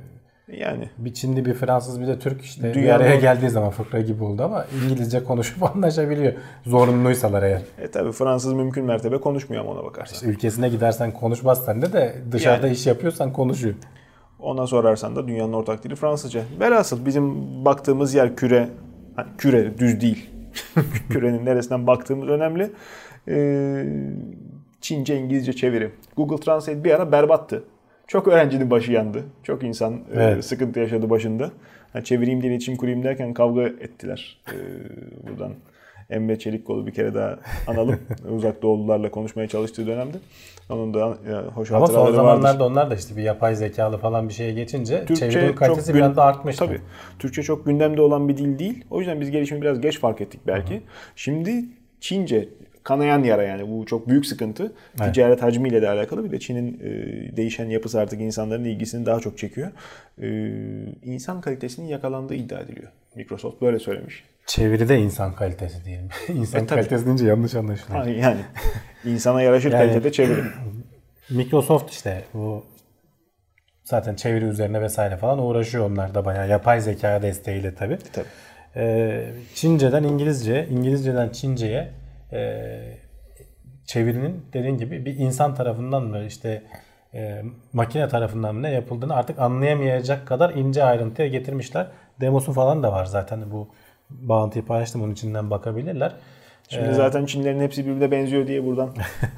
Yani. Bir Çinli, bir Fransız, bir de Türk işte Dünyanın bir araya o... geldiği zaman fıkra gibi oldu ama İngilizce konuşup anlaşabiliyor. Zorunluysalar eğer. E tabi Fransız mümkün mertebe konuşmuyor ama ona bakarsan. İşte ülkesine gidersen konuşmazsan de de dışarıda yani. iş yapıyorsan konuşuyor. Ona sorarsan da dünyanın ortak dili Fransızca. Velhasıl bizim baktığımız yer küre, hani küre düz değil. Kürenin neresinden baktığımız önemli. Ee, Çince, İngilizce çeviri. Google Translate bir ara berbattı. Çok öğrencinin başı yandı. Çok insan evet. e, sıkıntı yaşadı başında. Yani çevireyim diye iletişim kurayım derken kavga ettiler. Ee, buradan Emre Çelikkol'u bir kere daha analım. Uzak Doğulularla konuşmaya çalıştığı dönemde. Onun da ya, hoş ama hatıraları vardır. Ama son zamanlarda onlar da işte bir yapay zekalı falan bir şeye geçince Türkçe çeviri kalitesi gün... bir anda artmış. Tabii. Türkçe çok gündemde olan bir dil değil. O yüzden biz gelişimi biraz geç fark ettik belki. Hı-hı. Şimdi Çince kanayan yara yani bu çok büyük sıkıntı. Evet. Ticaret hacmiyle de alakalı. Bir de Çin'in e, değişen yapısı artık insanların ilgisini daha çok çekiyor. E, insan kalitesinin yakalandığı iddia ediliyor. Microsoft böyle söylemiş. Çeviride insan kalitesi diyelim. İnsan e, kalitesi deyince yanlış anlaşılıyor. Ha, yani insana yaraşır yani, kalitede çeviri. Microsoft işte bu zaten çeviri üzerine vesaire falan uğraşıyor onlar da bayağı yapay zeka desteğiyle tabii. Tabii. Ee, Çince'den İngilizce, İngilizceden Çince'ye e, çevirinin dediğin gibi bir insan tarafından mı işte e, makine tarafından mı ne yapıldığını artık anlayamayacak kadar ince ayrıntıya getirmişler. Demosu falan da var zaten bu bağıntıyı paylaştım onun içinden bakabilirler. Şimdi ee, zaten Çinlerin hepsi birbirine benziyor diye buradan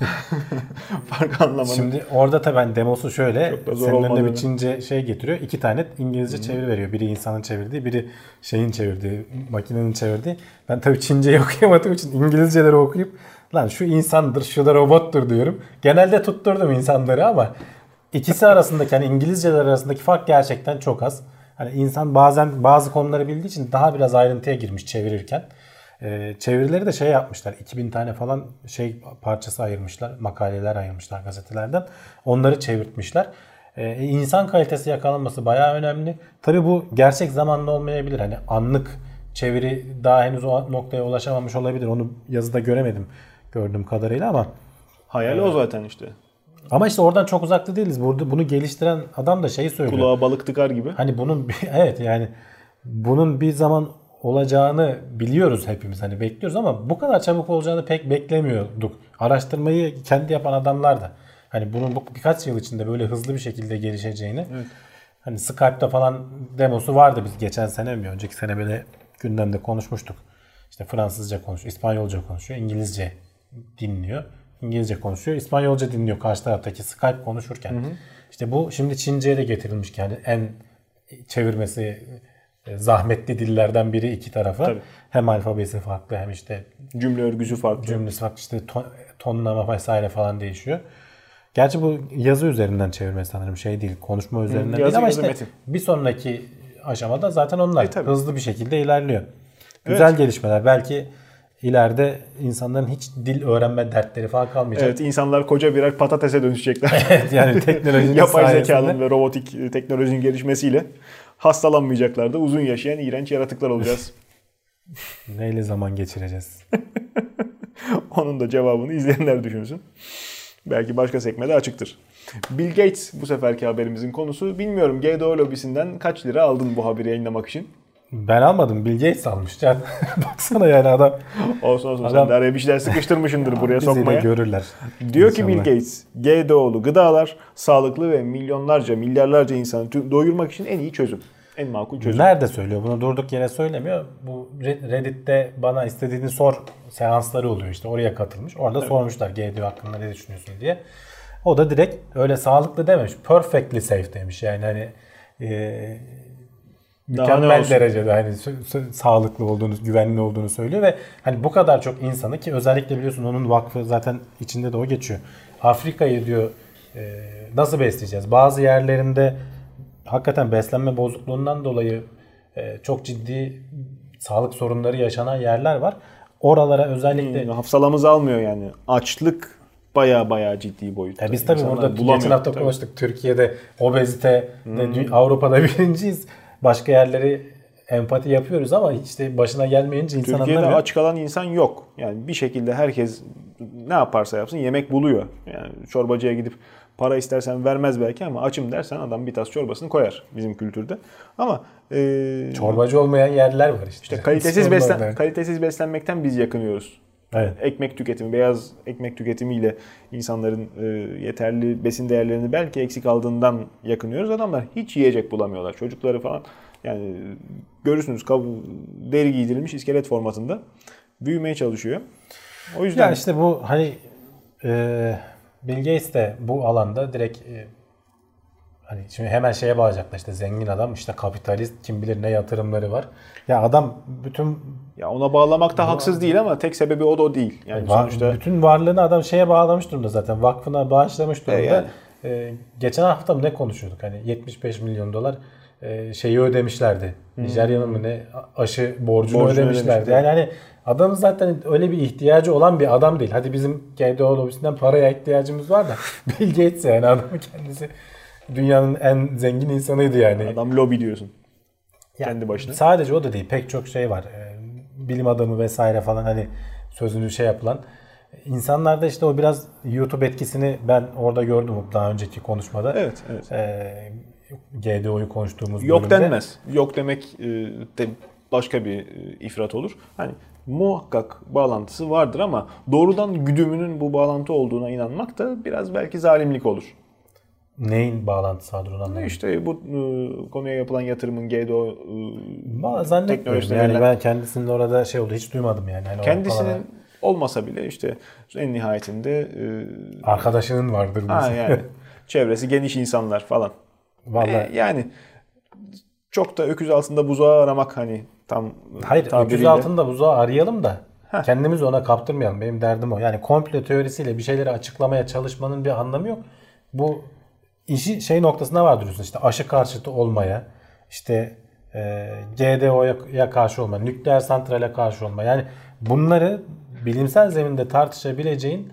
fark anlamadım. Şimdi orada tabii ben demosu şöyle senin önüne bir Çince şey getiriyor. İki tane İngilizce Hı-hı. çeviri veriyor. Biri insanın çevirdiği, biri şeyin çevirdiği, makinenin çevirdiği. Ben tabii Çince'yi okuyamadığım için İngilizceleri okuyup lan şu insandır, şu da robottur diyorum. Genelde tutturdum insanları ama ikisi arasındaki hani İngilizceler arasındaki fark gerçekten çok az. Hani insan bazen bazı konuları bildiği için daha biraz ayrıntıya girmiş çevirirken. Ee, çevirileri de şey yapmışlar. iki bin tane falan şey parçası ayırmışlar. Makaleler ayırmışlar gazetelerden. Onları çevirtmişler. Ee, insan kalitesi yakalanması bayağı önemli. Tabii bu gerçek zamanlı olmayabilir. Hani anlık çeviri daha henüz o noktaya ulaşamamış olabilir. Onu yazıda göremedim gördüğüm kadarıyla ama. Hayali e, o zaten işte. Ama işte oradan çok uzakta değiliz. Burada bunu geliştiren adam da şeyi söylüyor. Kulağa balık tıkar gibi. Hani bunun evet yani bunun bir zaman olacağını biliyoruz hepimiz. Hani bekliyoruz ama bu kadar çabuk olacağını pek beklemiyorduk. Araştırmayı kendi yapan adamlar da hani bunun bu birkaç yıl içinde böyle hızlı bir şekilde gelişeceğini. Evet. Hani Skype'da falan demosu vardı biz geçen sene mi önceki sene böyle gündemde konuşmuştuk. İşte Fransızca konuşuyor, İspanyolca konuşuyor, İngilizce dinliyor. İngilizce konuşuyor, İspanyolca dinliyor karşı taraftaki Skype konuşurken. Hı hı. İşte bu şimdi Çince'ye de getirilmiş yani en çevirmesi zahmetli dillerden biri iki tarafa. Tabii. Hem alfabesi farklı hem işte cümle örgüsü farklı. Cümlesi farklı işte ton, tonlama vesaire falan değişiyor. Gerçi bu yazı üzerinden çevirme sanırım şey değil, konuşma üzerinden Hı, yazı, değil ama işte metin. Bir sonraki aşamada zaten onlar e, hızlı bir şekilde ilerliyor. Güzel evet. gelişmeler. Belki ileride insanların hiç dil öğrenme dertleri falan kalmayacak. Evet, insanlar koca birer patatese dönüşecekler. Evet, yani teknolojinin yapay zekanın ve robotik teknolojinin gelişmesiyle hastalanmayacaklar da uzun yaşayan iğrenç yaratıklar olacağız. Neyle zaman geçireceğiz? Onun da cevabını izleyenler düşünsün. Belki başka sekmede açıktır. Bill Gates bu seferki haberimizin konusu. Bilmiyorum G D O lobisinden kaç lira aldın bu haberi yayınlamak için? Ben almadım. Bill Gates almış. Yani baksana yani adam. Olsun olsun. Adam, sen de araya bir şeyler sıkıştırmışındır buraya sokmaya. Bizi de görürler. Diyor ki Bill Gates, G D O'lu gıdalar sağlıklı ve milyonlarca, milyarlarca insanı doyurmak için en iyi çözüm. En makul çözüm. Nerede söylüyor? Bunu durduk yere söylemiyor. Bu Reddit'te bana istediğini sor seansları oluyor işte. Oraya katılmış. Orada evet. sormuşlar G D O hakkında ne düşünüyorsun diye. O da direkt öyle sağlıklı dememiş. Perfectly safe demiş. Yani hani e, mükemmel derecede hani sağlıklı olduğunu, güvenli olduğunu söylüyor ve hani bu kadar çok insanı ki özellikle biliyorsun onun vakfı zaten içinde de o geçiyor. Afrika'yı diyor e, nasıl besleyeceğiz? Bazı yerlerinde hakikaten beslenme bozukluğundan dolayı e, çok ciddi sağlık sorunları yaşanan yerler var. Oralara özellikle... Hmm, hafsalamızı almıyor yani. Açlık baya baya ciddi boyutta. E biz tabii burada geçen hafta konuştuk. Türkiye'de obezite, hmm. Avrupa'da birinciyiz. Başka yerleri empati yapıyoruz ama işte başına gelmeyince insan Türkiye'de anlamıyor. aç kalan insan yok. Yani bir şekilde herkes ne yaparsa yapsın yemek buluyor. Yani çorbacıya gidip para istersen vermez belki ama açım dersen adam bir tas çorbasını koyar bizim kültürde. Ama e, çorbacı olmayan yerler var işte. işte kalitesiz Sorun beslen orada. kalitesiz beslenmekten biz yakınıyoruz. Evet. Ekmek tüketimi, beyaz ekmek tüketimiyle insanların e, yeterli besin değerlerini belki eksik aldığından yakınıyoruz. Adamlar hiç yiyecek bulamıyorlar. Çocukları falan yani görürsünüz kav- deri giydirilmiş iskelet formatında büyümeye çalışıyor. O yüzden Ya işte bu hani e, Bill Gates de bu alanda direkt e, hani şimdi hemen şeye bağlayacaklar işte zengin adam işte kapitalist kim bilir ne yatırımları var. Ya adam bütün ya ona bağlamak da haksız değil ama tek sebebi o da o değil. Yani var, sonuçta bütün varlığını adam şeye bağlamış durumda zaten vakfına bağışlamış durumda. E yani. E, geçen hafta mı ne konuşuyorduk hani yetmiş beş milyon dolar e, şeyi ödemişlerdi. Hmm. Nijerya'nın mı ne aşı borcunu, Borcunu ödemişlerdi. ödemişler. Yani hani adamın zaten öyle bir ihtiyacı olan bir adam değil. Hadi bizim G D O lobisinden paraya ihtiyacımız var da Bill Gates yani adamın kendisi dünyanın en zengin insanıydı yani. adam lobi diyorsun. Ya, kendi başına. Sadece o da değil. Pek çok şey var. Ee, bilim adamı vesaire falan hani sözünü şey yapılan. İnsanlarda işte o biraz YouTube etkisini ben orada gördüm daha önceki konuşmada. Evet, evet. Ee, G D O'yu konuştuğumuz Yok bölümde. denmez. Yok demek e, de başka bir e, ifrat olur. Hani muhakkak bağlantısı vardır ama doğrudan güdümünün bu bağlantı olduğuna inanmak da biraz belki zalimlik olur. Neyin bağlantısı vardır onu anlamadım. İşte bu e, konuya yapılan yatırımın G D O e, Valla zannetmiyorum. teknolojisine Yani verilen- ben kendisinin orada şey oldu hiç duymadım yani. Hani o kendisinin falan- olmasa bile işte en nihayetinde e, arkadaşının vardır. ha mesela. yani çevresi geniş insanlar falan. Vallahi E, yani çok da öküz altında buzağı aramak hani tam hayır öküz tabiriyle. altında buzağı arayalım da Heh. kendimizi ona kaptırmayalım. Benim derdim o. Yani komplo teorisiyle bir şeyleri açıklamaya çalışmanın bir anlamı yok. Bu işi şey noktasına vardırıyorsun işte aşı karşıtı olmaya, işte e, G D O'ya karşı olma, nükleer santrale karşı olma. Yani bunları bilimsel zeminde tartışabileceğin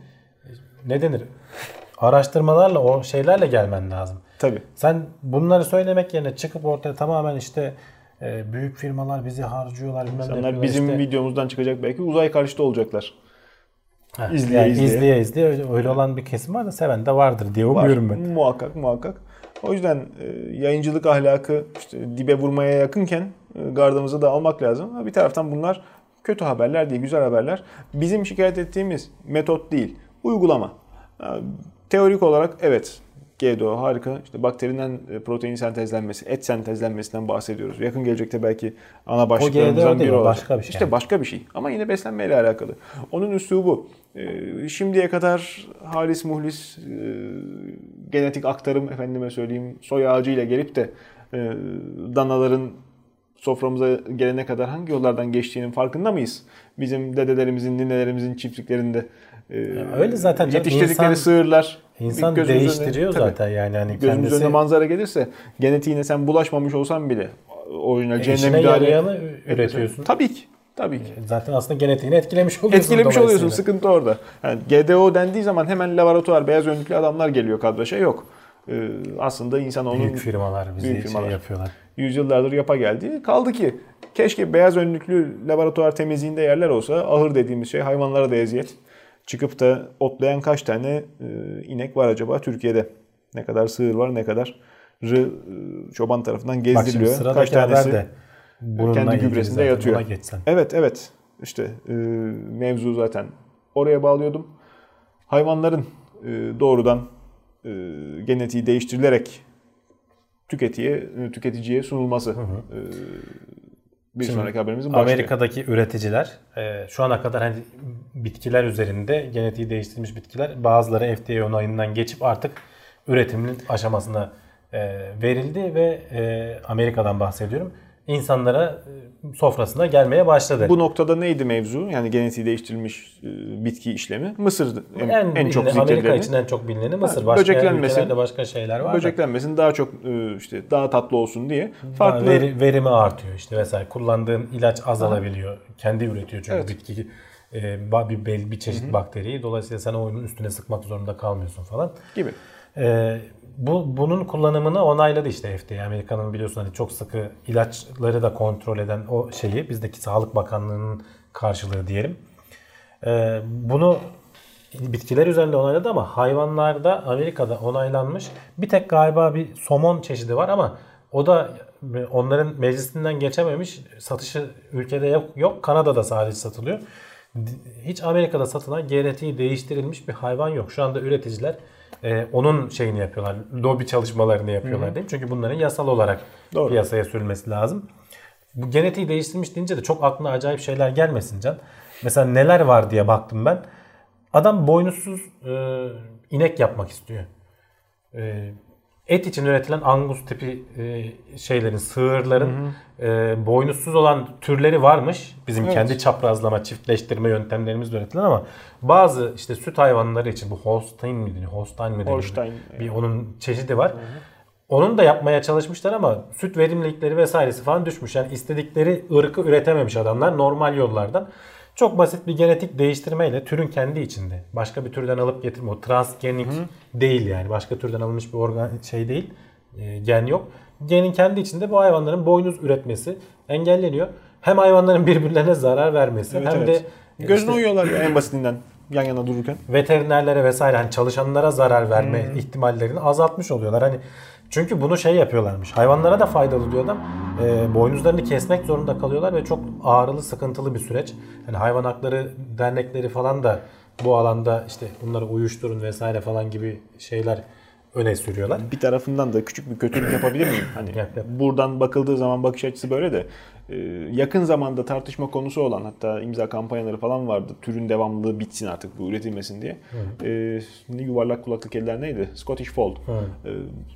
ne denir? Araştırmalarla o şeylerle gelmen lazım. Tabii. Sen bunları söylemek yerine çıkıp ortaya tamamen işte e, büyük firmalar bizi harcıyorlar bilmem ne İnsanlar yapıyorlar bizim işte. videomuzdan çıkacak belki uzay karşıtı olacaklar. Heh, izleye yani izleye. izleye izleye öyle, öyle olan bir kesim var da seven de vardır diye Var. umuyorum ben. Muhakkak muhakkak. O yüzden e, yayıncılık ahlakı işte dibe vurmaya yakınken e, gardımızı da almak lazım. Ama bir taraftan bunlar kötü haberler değil, güzel haberler. Bizim şikayet ettiğimiz metot değil, uygulama. E, teorik olarak evet G D O harika. İşte bakteriden e, protein sentezlenmesi, et sentezlenmesinden bahsediyoruz. Yakın gelecekte belki ana başlıklarımızdan değil, biri o olacak. başka bir şey. İşte başka bir şey. Ama yine beslenmeyle alakalı. Onun üslubu e, şimdiye kadar halis muhlis e, genetik aktarım efendime söyleyeyim soy ağacıyla gelip de e, danaların soframıza gelene kadar hangi yollardan geçtiğinin farkında mıyız? Bizim dedelerimizin, ninelerimizin çiftliklerinde e, öyle zaten canım. yetiştirdikleri İnsan- sığırlar İnsan gözümüz değiştiriyor önüne- tabii, zaten yani hani gözümüz kendisi önüne manzara gelirse genetiğine sen bulaşmamış olsan bile orijinal E, C N işine N müdahale yarayanı üretiyorsun. Tabii ki. Tabii ki. zaten aslında genetiğini etkilemiş oluyorsun. Etkilemiş oluyorsun. dolayısıyla. Sıkıntı orada. Yani G D O dendiği zaman hemen laboratuvar, beyaz önlüklü adamlar geliyor kadraşa. Yok. Ee, aslında insan onun Büyük firmalar bizi büyük şey firmalar. yapıyorlar. yüzyıllardır yapa geldi. Kaldı ki keşke beyaz önlüklü laboratuvar temizliğinde yerler olsa ahır dediğimiz şey hayvanlara da eziyet. Çıkıp da otlayan kaç tane e, inek var acaba Türkiye'de? Ne kadar sığır var, ne kadar rı, e, çoban tarafından Bak şimdi gezdiriliyor. Kaç sıradaki tanesi haber de bununla kendi ilgili gübresinde zaten. yatıyor. Buna geçsen. Evet evet işte e, mevzu zaten oraya bağlıyordum. Hayvanların e, doğrudan e, genetiği değiştirilerek tüketiye, tüketiciye sunulması. Hı hı. E, bir Şimdi sonraki haberimizin başlığı. Amerika'daki üreticiler e, şu ana kadar hani bitkiler üzerinde genetiği değiştirilmiş bitkiler bazıları F D A onayından geçip artık üretimin aşamasına e, verildi ve e, Amerika'dan bahsediyorum. İnsanlara e, sofrasına gelmeye başladı. Bu noktada neydi mevzu? Yani genetiği değiştirilmiş e, bitki işlemi. Mısır en, en, en çok bilinen, Amerika zikredileni. için en çok bilineni Mısır. Ha, Başka böceklenmesin. ülkelerde başka şeyler var da. Böceklenmesin daha çok e, işte daha tatlı olsun diye Daha farklı veri, verimi artıyor işte vesaire. Kullandığın ilaç azalabiliyor. Kendi üretiyor çünkü Evet. bitki e, bir, bir, bir çeşit Hı-hı. bakteriyi. Dolayısıyla sen onun üstüne sıkmak zorunda kalmıyorsun falan. gibi. E, bu bunun kullanımını onayladı işte F D A. Amerika'nın biliyorsun hani çok sıkı ilaçları da kontrol eden o şeyi bizdeki Sağlık Bakanlığı'nın karşılığı diyelim. Ee, bunu bitkiler üzerinde onayladı ama hayvanlarda Amerika'da onaylanmış bir tek galiba bir somon çeşidi var ama o da onların meclisinden geçememiş. Satışı ülkede yok. yok. Kanada'da sadece satılıyor. Hiç Amerika'da satılan genetiği değiştirilmiş bir hayvan yok. Şu anda üreticiler e, onun şeyini yapıyorlar. Lobi çalışmalarını yapıyorlar Hı-hı. değil mi? Çünkü bunların yasal olarak Doğru. piyasaya sürülmesi lazım. Bu genetiği değiştirmiş deyince de çok aklına acayip şeyler gelmesin Can. Mesela neler var diye baktım ben. Adam boynuzsuz e, inek yapmak istiyor. E, et için üretilen Angus tipi e, şeylerin, sığırların e, boynuzsuz olan türleri varmış. Bizim evet. kendi çaprazlama, çiftleştirme yöntemlerimizle üretilen ama bazı işte süt hayvanları için bu Holstein mi deniyor? Holstein mi deniyor? Holstein. Bir onun çeşidi var. Hı hı. Onun da yapmaya çalışmışlar ama süt verimlilikleri vesairesi falan düşmüş. Yani istedikleri ırkı üretememiş adamlar normal yollardan. Çok basit bir genetik değiştirmeyle türün kendi içinde. Başka bir türden alıp getirme. O transgenik Hı. değil yani. Başka türden alınmış bir organ şey değil. E, gen yok. Genin kendi içinde bu hayvanların boynuz üretmesi engelleniyor. Hem hayvanların birbirlerine zarar vermesi evet, hem evet. de gözüne işte, uyuyorlar ya en basitinden yan yana dururken. Veterinerlere vesaire hani çalışanlara zarar verme hmm. ihtimallerini azaltmış oluyorlar. Hani çünkü bunu şey yapıyorlarmış. Hayvanlara da faydalı diyor adam. E, boynuzlarını kesmek zorunda kalıyorlar ve çok ağrılı, sıkıntılı bir süreç. Yani hayvan hakları dernekleri falan da bu alanda işte bunları uyuşturun vesaire falan gibi şeyler öne sürüyorlar. Bir tarafından da küçük bir kötülük yapabilir miyim? Hani yap, yap. Buradan bakıldığı zaman bakış açısı böyle de yakın zamanda tartışma konusu olan hatta imza kampanyaları falan vardı. Türün devamlılığı bitsin artık bu üretilmesin diye. Ee, ne yuvarlak kulaklı kediler neydi? Scottish Fold. Ee,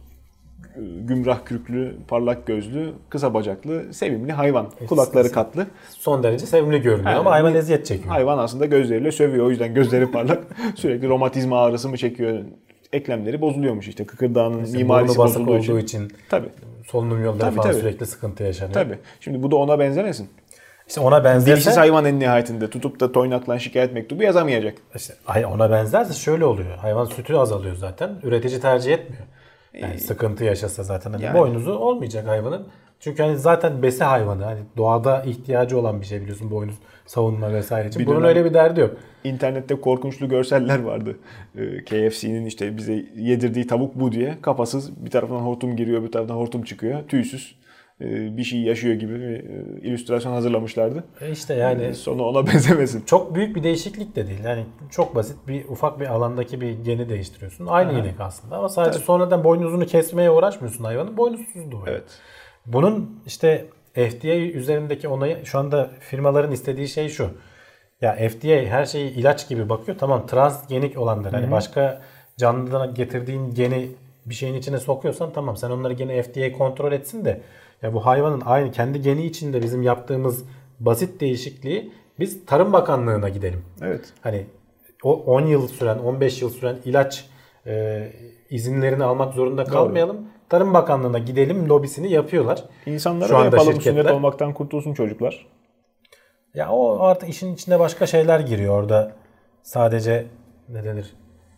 gümrah kürklü, parlak gözlü, kısa bacaklı, sevimli hayvan. Kulakları katlı. Son derece sevimli görünüyor yani, ama hayvan eziyet çekiyor. Hayvan aslında gözleriyle sövüyor. O yüzden gözleri parlak. Sürekli romatizma ağrısı mı çekiyor? Eklemleri bozuluyormuş işte. Kıkırdağının işte mimarisi bozulduğu için. için. Tabii. Solunum yolları tabii, falan tabii. sürekli sıkıntı yaşanıyor. Tabii. Şimdi bu da ona benzemesin. İşte ona benzerse... Dilsiz hayvan en nihayetinde tutup da toynaklan şikayet mektubu yazamayacak. İşte ona benzerse şöyle oluyor. Hayvan sütü azalıyor zaten. Üretici tercih etmiyor. Yani ee, sıkıntı yaşasa zaten hani yani. boynuzu olmayacak hayvanın. Çünkü hani zaten besi hayvanı. Hani doğada ihtiyacı olan bir şey biliyorsun boynuz savunma vesaire için. Bir Bunun öyle bir derdi yok. İnternette korkunçlu görseller vardı. K F C'nin işte bize yedirdiği tavuk bu diye. Kafasız bir taraftan hortum giriyor, bir taraftan hortum çıkıyor. Tüysüz bir şey yaşıyor gibi bir illüstrasyon hazırlamışlardı. E işte yani sonu ona benzemesin. Çok büyük bir değişiklik de değil. Yani çok basit bir ufak bir alandaki bir geni değiştiriyorsun. Aynı Aha. inek aslında ama sadece evet. sonradan boynuzunu kesmeye uğraşmıyorsun hayvanın. Boynuzsuz doğuyor. Evet. Bunun işte F D A üzerindeki onayı şu anda firmaların istediği şey şu. Ya F D A her şeyi ilaç gibi bakıyor. Tamam transgenik olanlar. Hani başka canlıdan getirdiğin geni bir şeyin içine sokuyorsan tamam sen onları gene F D A kontrol etsin de ya bu hayvanın aynı kendi geni içinde bizim yaptığımız basit değişikliği biz Tarım Bakanlığı'na gidelim. Evet. Hani o on yıl süren, on beş yıl süren ilaç e, izinlerini almak zorunda kalmayalım. Doğru. Tarım Bakanlığı'na gidelim lobisini yapıyorlar. İnsanlara da yapalım sünnet olmaktan kurtulsun çocuklar. Ya o artık işin içine başka şeyler giriyor orada. Sadece ne denir?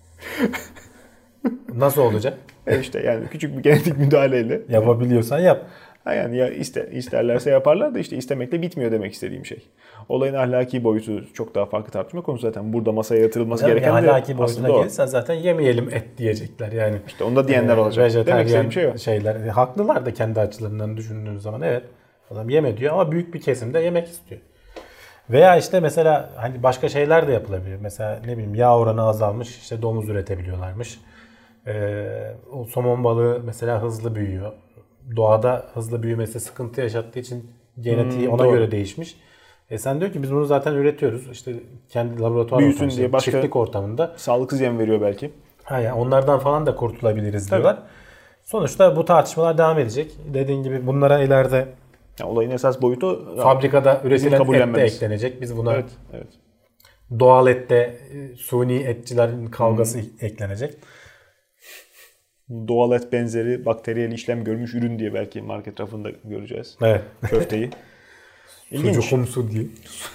Nasıl olacak? E işte yani küçük bir genetik müdahaleyle. Yapabiliyorsan yap. Ha yani ya iste, isterlerse yaparlar da işte istemekle bitmiyor demek istediğim şey. Olayın ahlaki boyutu çok daha farklı tartışma konusu zaten. Burada masaya yatırılması yani gereken de ahlaki boyutuna gelirsen zaten yemeyelim et diyecekler yani. İşte onda diyenler e, olacak. Demek istediğim şey o. Şeyler. Haklılar da kendi açılarından düşündüğünüz zaman evet. Adam yeme diyor ama büyük bir kesim de yemek istiyor. Veya işte mesela hani başka şeyler de yapılabilir. Mesela ne bileyim yağ oranı azalmış işte domuz üretebiliyorlarmış. Ee, o somon balığı mesela hızlı büyüyor. Doğada hızlı büyümesi sıkıntı yaşattığı için genetiği hmm, ona doğru. göre değişmiş. E sen diyor ki biz bunu zaten üretiyoruz. İşte kendi laboratuvar büyüsün diye başka çiftlik ortamında. Sağlıksız yem veriyor belki. Ha ya onlardan falan da kurtulabiliriz Tabii. diyorlar. Sonuçta bu tartışmalar devam edecek. Dediğin gibi bunlara ileride ya olayın esas boyutu fabrikada üretilen et de eklenecek. Biz buna evet, evet. doğal ette suni etçilerin kavgası hmm. eklenecek. Doğal et benzeri bakteriyel işlem görmüş ürün diye belki market rafında göreceğiz. Evet. Köfteyi. Sucukumsu diye.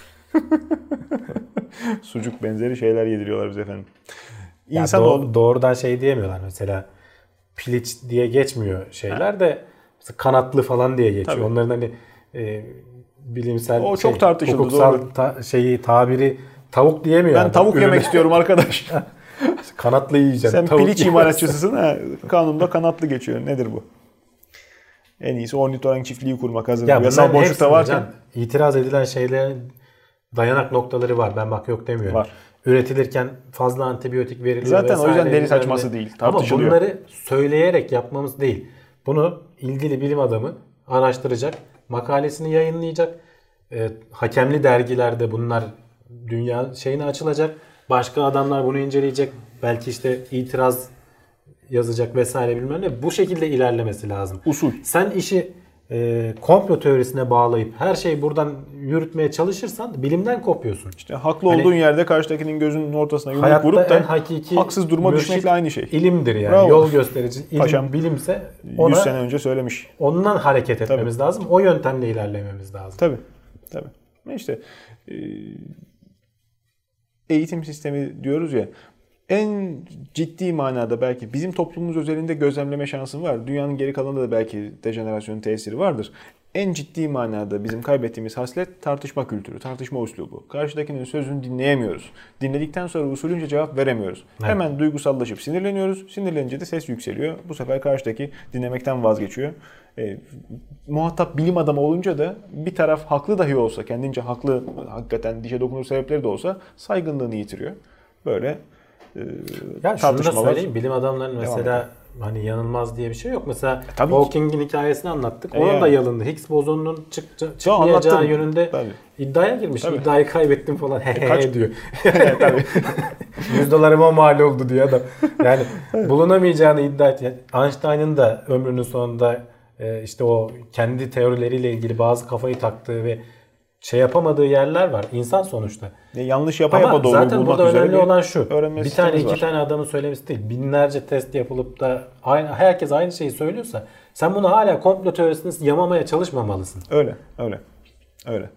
Sucuk benzeri şeyler yediriyorlar bize efendim. İnsan doğ- doğrudan şey diyemiyorlar mesela. piliç diye geçmiyor şeyler ha. de mesela kanatlı falan diye geçiyor. Tabii. Onların hani e, bilimsel o şey, çok tartışıldı, hukuksal ta, şeyi tabiri tavuk diyemiyor. Ben adam. Tavuk Ürünü. yemek istiyorum arkadaş. Kanatlı yiyeceksin. Sen tavuk piliç imalatçısısın ha. Kanunda kanatlı geçiyor. Nedir bu? En iyisi ornitorenk çiftliği kurmak hazır. Ya yasal boşlukta varken. Can, itiraz edilen şeylerin dayanak noktaları var. Ben bak yok demiyorum. Var. Üretilirken fazla antibiyotik veriliyor zaten vesaire. O yüzden deri saçması değil. Tartışılıyor. Ama bunları söyleyerek yapmamız değil. Bunu ilgili bilim adamı araştıracak. Makalesini yayınlayacak. E, hakemli dergilerde bunlar dünya şeyine açılacak. Başka adamlar bunu inceleyecek. Belki işte itiraz yazacak vesaire bilmem ne. Bu şekilde ilerlemesi lazım. Usul. Sen işi e, komplo teorisine bağlayıp her şeyi buradan yürütmeye çalışırsan bilimden kopuyorsun. İşte haklı hani, olduğun yerde karşıdakinin gözünün ortasına yumruk vurup da hakiki haksız duruma düşmekle aynı şey. İlimdir yani. Bravo. Yol gösterici. İlim, Paşam, bilimse ona, yüz sene önce söylemiş. Ondan hareket etmemiz Tabii. lazım. O yöntemle ilerlememiz lazım. Tabii. Tabii. İşte e, eğitim sistemi diyoruz ya, en ciddi manada belki bizim toplumumuz özelinde gözlemleme şansın var. Dünyanın geri kalanında da belki dejenerasyonun tesiri vardır. En ciddi manada bizim kaybettiğimiz haslet tartışma kültürü, tartışma üslubu. Karşıdakinin sözünü dinleyemiyoruz. Dinledikten sonra usulünce cevap veremiyoruz. Evet. Hemen duygusallaşıp sinirleniyoruz. Sinirlenince de ses yükseliyor. Bu sefer karşıdaki dinlemekten vazgeçiyor. E, muhatap bilim adamı olunca da bir taraf haklı dahi olsa, kendince haklı, hakikaten dişe dokunur sebepleri de olsa saygınlığını yitiriyor. Böyle e, ya şunu da söyleyeyim, bilim adamlarının mesela hani yanılmaz diye bir şey yok. Mesela e, Hawking'in hikayesini anlattık. E, Onun yani. da yalındı. Higgs bozonunun çık, çıkmayacağı ya, yönünde tabii. iddiaya girmiş. Tabii. İddiayı kaybettim falan he he Kaç? diyor. Tabii. yüz dolarıma mal oldu diyor adam. Yani bulunamayacağını iddia etti. Einstein'ın da ömrünün sonunda işte o kendi teorileriyle ilgili bazı kafayı taktığı ve şey yapamadığı yerler var. İnsan sonuçta. E, yanlış yapa yapa doğru bulmak üzere. Zaten burada önemli olan şu. Bir tane iki var. tane adamın söylemesi değil. Binlerce test yapılıp da aynı, herkes aynı şeyi söylüyorsa sen bunu hala komplo teorisini yamamaya çalışmamalısın. Öyle. Öyle. Öyle.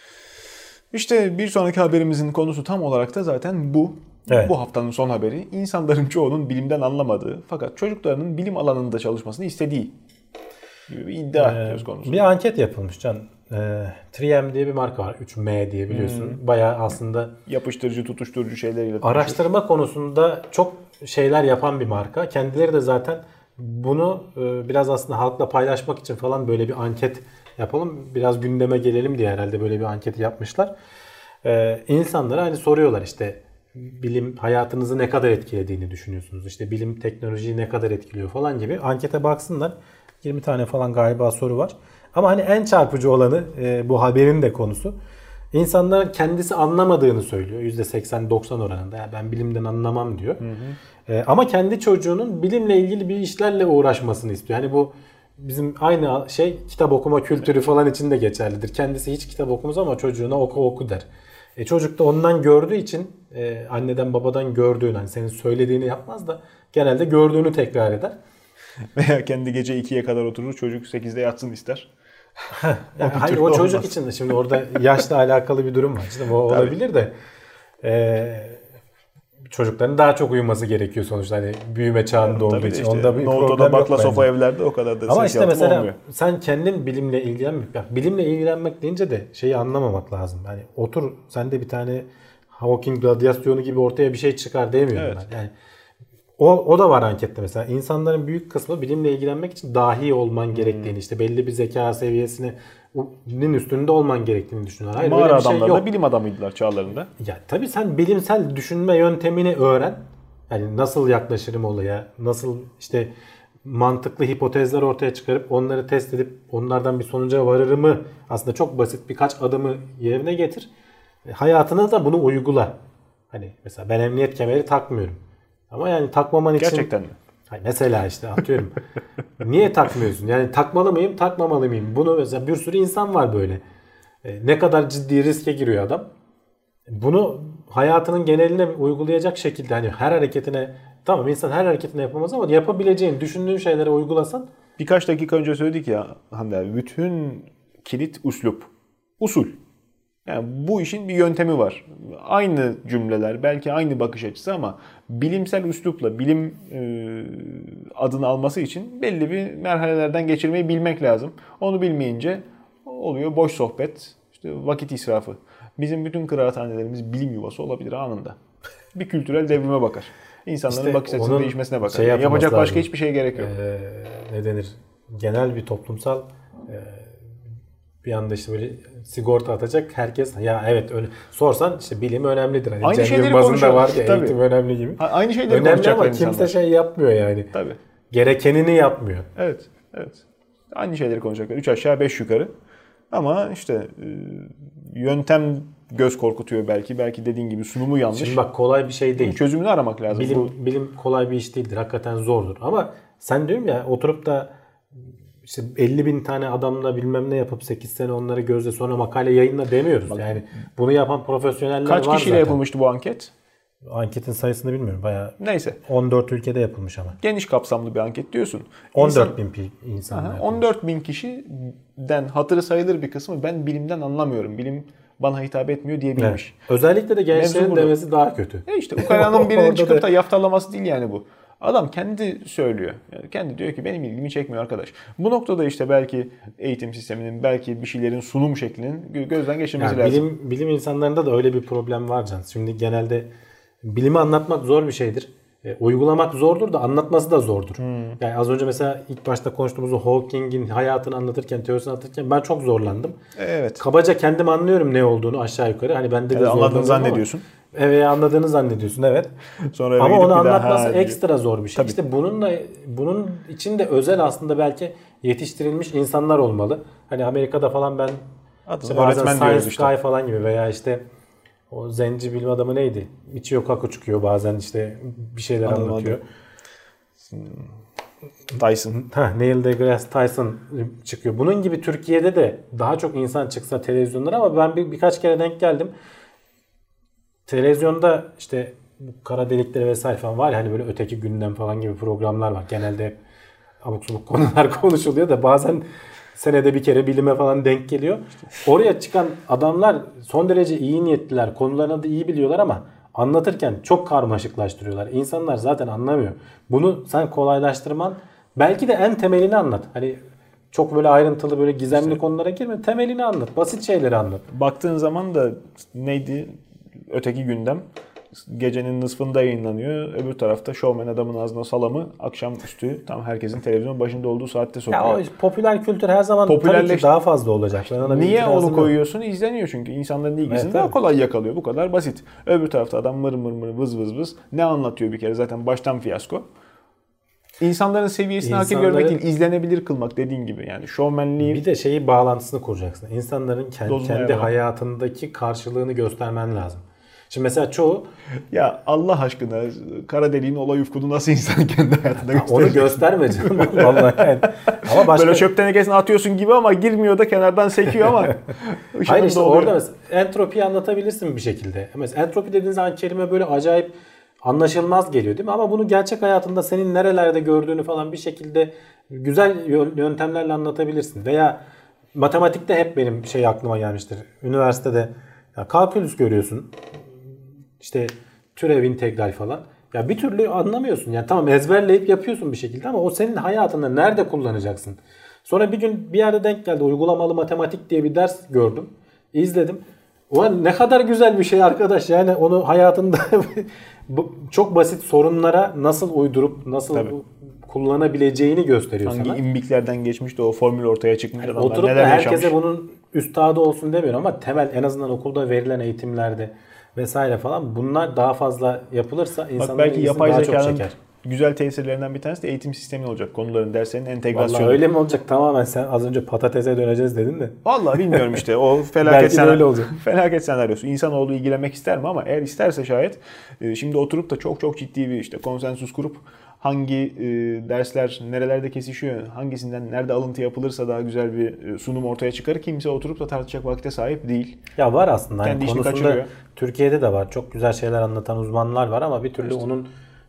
İşte bir sonraki haberimizin konusu tam olarak da zaten bu. Evet. Bu haftanın son haberi. İnsanların çoğunun bilimden anlamadığı fakat çocuklarının bilim alanında çalışmasını istediği gibi bir iddia ee, söz konusu. Bir anket yapılmış Can. E, üç M diye bir marka var. üç M diye biliyorsun. Hmm. Bayağı aslında yapıştırıcı, tutuşturucu şeyleriyle. Araştırma konusunda çok şeyler yapan bir marka. Kendileri de zaten bunu e, biraz aslında halkla paylaşmak için falan böyle bir anket yapalım. Biraz gündeme gelelim diye herhalde böyle bir anketi yapmışlar. E, insanlara hani soruyorlar işte bilim hayatınızı ne kadar etkilediğini düşünüyorsunuz. İşte bilim teknolojiyi ne kadar etkiliyor falan gibi. Ankete baksınlar. yirmi tane falan galiba soru var. Ama hani en çarpıcı olanı e, bu haberin de konusu. İnsanlar kendisi anlamadığını söylüyor. yüzde seksen doksan oranında. Yani ben bilimden anlamam diyor. Hı hı. E, ama kendi çocuğunun bilimle ilgili bir işlerle uğraşmasını istiyor. Yani bu bizim aynı şey kitap okuma kültürü falan için de geçerlidir. Kendisi hiç kitap okumaz ama çocuğuna oku oku der. E, çocuk da ondan gördüğü için e, anneden babadan gördüğünü, hani senin söylediğini yapmaz da genelde gördüğünü tekrar eder. Veya kendi gece ikiye kadar oturur, çocuk sekizde yatsın ister. Yani hayır o çocuk olmaz. için de şimdi orada yaşla alakalı bir durum var. İşte o olabilir de e, çocukların daha çok uyuması gerekiyor sonuçta hani büyüme çağında olduğu için. Işte, onda bir problem bakla yok sofa evlerde o kadar da ama ses işte mesela olmuyor. Sen kendin bilimle ilgilenmek, bak bilimle ilgilenmek deyince de şeyi anlamamak lazım. Yani otur sen de bir tane Hawking radyasyonu gibi ortaya bir şey çıkar demiyorum evet. ben. Yani O, o da var ankette mesela. İnsanların büyük kısmı bilimle ilgilenmek için dahi olman gerektiğini, hmm. işte belli bir zeka seviyesinin üstünde olman gerektiğini düşünüyorlar. Hayır, mağara adamları şey da bilim adamıydılar çağlarında. Ya tabii sen bilimsel düşünme yöntemini öğren. Yani nasıl yaklaşırım olaya, nasıl işte mantıklı hipotezler ortaya çıkarıp onları test edip onlardan bir sonuca varırımı aslında çok basit birkaç adımı yerine getir. Hayatına da bunu uygula. Hani mesela ben emniyet kemeri takmıyorum. Ama yani takmaman için... Gerçekten mi? Hayır, mesela işte atıyorum. Niye takmıyorsun? Yani takmalı mıyım, takmamalı mıyım? Bunu mesela bir sürü insan var böyle. E, ne kadar ciddi riske giriyor adam. Bunu hayatının geneline uygulayacak şekilde hani her hareketine... Tamam insan her hareketine yapamaz ama yapabileceğin, düşündüğün şeylere uygulasan... Birkaç dakika önce söyledik ya Hande abi. Bütün kilit üslup. Usul. Yani bu işin bir yöntemi var. Aynı cümleler, belki aynı bakış açısı ama bilimsel üslupla bilim e, adını alması için belli bir merhalelerden geçirmeyi bilmek lazım. Onu bilmeyince oluyor boş sohbet, işte vakit israfı. Bizim bütün kıraathanelerimiz bilim yuvası olabilir anında. Bir kültürel devrime bakar. İnsanların İşte bakış açısının değişmesine bakar. Şey Yani yapacak lazım. başka hiçbir şeye gerek yok. Ee, ne denir? Genel bir toplumsal e, bir anda işte böyle sigorta atacak herkes ya evet öyle sorsan işte bilim önemlidir. Hani aynı şeyleri bazında var ya tabii. Eğitim önemli gibi. Aynı şeyleri önemli konuşacaklar ama kimse insanlar. şey yapmıyor yani. Tabii. Gerekenini yapmıyor. Evet. Evet. Aynı şeyleri konuşacaklar. Üç aşağı beş yukarı. Ama işte e, yöntem göz korkutuyor belki. Belki dediğin gibi sunumu yanlış. Şimdi bak kolay bir şey değil. Çözümünü aramak lazım. Bilim, Bu... bilim kolay bir iş değildir. Hakikaten zordur. Ama sen diyorum ya oturup da işte elli bin tane adamla bilmem ne yapıp sekiz sene onları gözle sonra makale yayınla demiyoruz. Bak, yani bunu yapan profesyoneller kaç var kişiyle zaten. yapılmıştı bu anket? Anketin sayısını bilmiyorum. Bayağı Neyse. on dört ülkede yapılmış ama. Geniş kapsamlı bir anket diyorsun. on dört İnsan... bin insan. Aha, on dört bin kişiden hatırı sayılır bir kısmı ben bilimden anlamıyorum. Bilim bana hitap etmiyor diyebilmiş. Evet. Özellikle de gençlerin demesi daha kötü. E işte Ukrayna'nın birinin çıkıp da yaftalaması değil yani bu. Adam kendi söylüyor. Yani kendi diyor ki benim ilgimi çekmiyor arkadaş. Bu noktada işte belki eğitim sisteminin, belki bir şeylerin sunum şeklinin gözden geçirmesi yani lazım. Bilim, bilim insanlarında da öyle bir problem var Can. Şimdi genelde bilimi anlatmak zor bir şeydir. E, uygulamak zordur da anlatması da zordur. Hmm. Yani az önce mesela ilk başta konuştuğumuz o Hawking'in hayatını anlatırken, teorisini anlatırken ben çok zorlandım. Evet. Kabaca kendim anlıyorum ne olduğunu aşağı yukarı. Hani ben de yani anladığını zannediyorsun. Ama, evet anladığını zannediyorsun evet. Sonra ama onu anlatması daha, ekstra zor bir şey. Tabii. İşte bununla bunun için de özel aslında belki yetiştirilmiş insanlar olmalı. Hani Amerika'da falan ben işte bazen Science Sky işte. falan gibi veya işte o zenci bilim adamı neydi? Michio Kaku çıkıyor bazen işte bir şeyler anladım, anlatıyor. Tyson. Ha, Neil deGrasse Tyson çıkıyor. Bunun gibi Türkiye'de de daha çok insan çıksa televizyonlara ama ben bir, birkaç kere denk geldim. Televizyonda işte bu kara delikleri vesaire falan var ya hani böyle öteki gündem falan gibi programlar var. Genelde abuk subuk konular konuşuluyor da bazen senede bir kere bilime falan denk geliyor. Oraya çıkan adamlar son derece iyi niyetliler. Konularını da iyi biliyorlar ama anlatırken çok karmaşıklaştırıyorlar. İnsanlar zaten anlamıyor. Bunu sen kolaylaştırman belki de en temelini anlat. Hani çok böyle ayrıntılı böyle gizemli işte, konulara girme. Temelini anlat. Basit şeyleri anlat. Baktığın zaman da neydi? Öteki gündem. Gecenin nısfında yayınlanıyor. Öbür tarafta şovmen adamın ağzına salamı akşamüstü tam herkesin televizyon başında olduğu saatte sokuyor. Ya o popüler kültür her zaman tabii ki daha fazla olacak. İşte niye onu koyuyorsun? İzleniyor çünkü. İnsanların ilgisini evet, daha tabii. kolay yakalıyor. Bu kadar basit. Öbür tarafta adam mır mır mır vız vız vız. Ne anlatıyor bir kere? Zaten baştan fiyasko. İnsanların seviyesini İnsanların... hakir görmek değil, izlenebilir kılmak dediğin gibi. Yani şovmenliği... Bir de şeyi bağlantısını kuracaksın. İnsanların kendi, kendi hayatındaki karşılığını göstermen lazım. Şimdi mesela çoğu... Ya Allah aşkına kara deliğin olay ufkunu nasıl insan kendi hayatında gösterecek? Onu gösterme canım. Vallahi yani. Ama başka... Böyle çöp tenekesine atıyorsun gibi ama girmiyor da kenardan sekiyor ama... Hayır işte orada mesela entropiyi anlatabilirsin bir şekilde. Mesela entropi dediğin zaman kelime böyle acayip anlaşılmaz geliyor değil mi? Ama bunu gerçek hayatında senin nerelerde gördüğünü falan bir şekilde güzel yöntemlerle anlatabilirsin. Veya matematikte hep benim şey aklıma gelmiştir. Üniversitede ya kalkülüs görüyorsun. İşte türev integral falan. Ya bir türlü anlamıyorsun. Yani tamam ezberleyip yapıyorsun bir şekilde ama o senin hayatında nerede kullanacaksın? Sonra bir gün bir yerde denk geldi. Uygulamalı matematik diye bir ders gördüm. İzledim. Ulan ne kadar güzel bir şey arkadaş. Yani onu hayatında çok basit sorunlara nasıl uydurup nasıl Tabii. kullanabileceğini gösteriyor Hangi sana. Hangi imbiklerden geçmiş de o formül ortaya çıkmış yani adamlar oturup neler da herkese yaşamış. Bunun üstadı olsun demiyorum ama temel en azından okulda verilen eğitimlerde vesaire falan bunlar daha fazla yapılırsa insanların ilgisini daha çok çeker. Güzel tesirlerinden bir tanesi de eğitim sistemi olacak. Konuların, derslerin entegrasyonu. Vallahi öyle mi olacak? Tamamen sen az önce patatese döneceğiz dedin de. Vallahi bilmiyorum işte. O felaket senaryosu. Felaket senaryosu. İnsanoğlu ilgilenmek ister mi ama eğer isterse şayet şimdi oturup da çok çok ciddi bir işte konsensus kurup hangi e, dersler nerelerde kesişiyor, hangisinden nerede alıntı yapılırsa daha güzel bir e, sunum ortaya çıkarır. Kimse oturup da tartışacak vakte sahip değil. Ya var aslında. Kendi hani konusunda Türkiye'de de var. Çok güzel şeyler anlatan uzmanlar var ama bir türlü işte. onun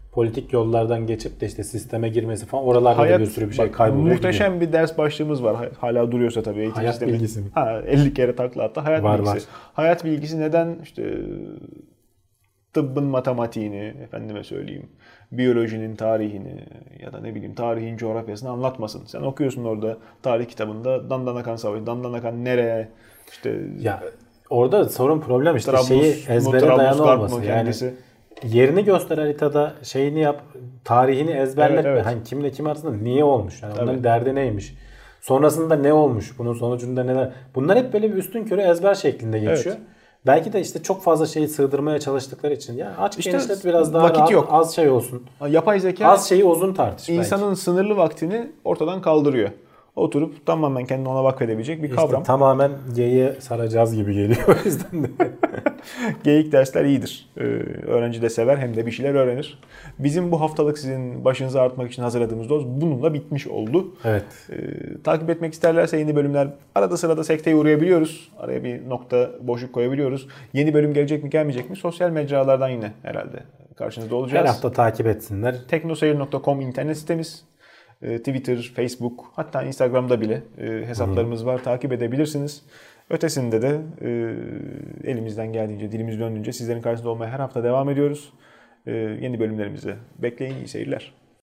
politik yollardan geçip de işte sisteme girmesi falan oralarda Hayat, da bir sürü bir şey bak, kayboluyor. muhteşem gidiyor. bir ders başlığımız var. Hala duruyorsa tabii eğitim Hayat sistemi. bilgisi mi? Ha, elli kere takla attı. Hayat Var, bilgisi. var. Hayat bilgisi neden işte tıbbın matematiğini, efendime söyleyeyim, biyolojinin tarihini ya da ne bileyim tarihin coğrafyasını anlatmasın. Sen okuyorsun orada tarih kitabında Dandanakan Savaşı, Dandanakan nereye, işte Ya orada sorun problem işte Trablus şeyi mu, ezbere Trablusgarp dayalı mı olması. Yani kendisi? yerini göster haritada, şeyini yap, tarihini ezberletme. Evet, evet. Hani kimle kim arasında niye olmuş? Yani Tabii. onların derdi neymiş? Sonrasında ne olmuş? Bunun sonucunda neler? Bunlar hep böyle bir üstünkörü ezber şeklinde geçiyor. Evet. Belki de işte çok fazla şeyi sığdırmaya çalıştıkları için. Ya aç İşte genişlet biraz daha vakit rahat, yok. az şey olsun. Yapay zeka Az şeyi uzun tartış belki. insanın sınırlı vaktini ortadan kaldırıyor. Oturup tamamen kendine ona vakfedebilecek bir İşte kavram. tamamen geyiğe saracağız gibi geliyor o yüzden de. Geyik dersler iyidir. Ee, öğrenci de sever hem de bir şeyler öğrenir. Bizim bu haftalık sizin başınızı ağrıtmak için hazırladığımız doz bununla bitmiş oldu. Evet. Ee, takip etmek isterlerse yeni bölümler arada sırada sekteye uğrayabiliyoruz. Araya bir nokta boşluk koyabiliyoruz. Yeni bölüm gelecek mi gelmeyecek mi? Sosyal mecralardan yine herhalde karşınızda olacağız. Her hafta takip etsinler. teknoseyir nokta com internet sitemiz. Twitter, Facebook, hatta Instagram'da bile hesaplarımız var. Takip edebilirsiniz. Ötesinde de elimizden geldiğince, dilimiz döndüğünce sizlerin karşısında olmaya her hafta devam ediyoruz. Yeni bölümlerimizi bekleyin. İyi seyirler.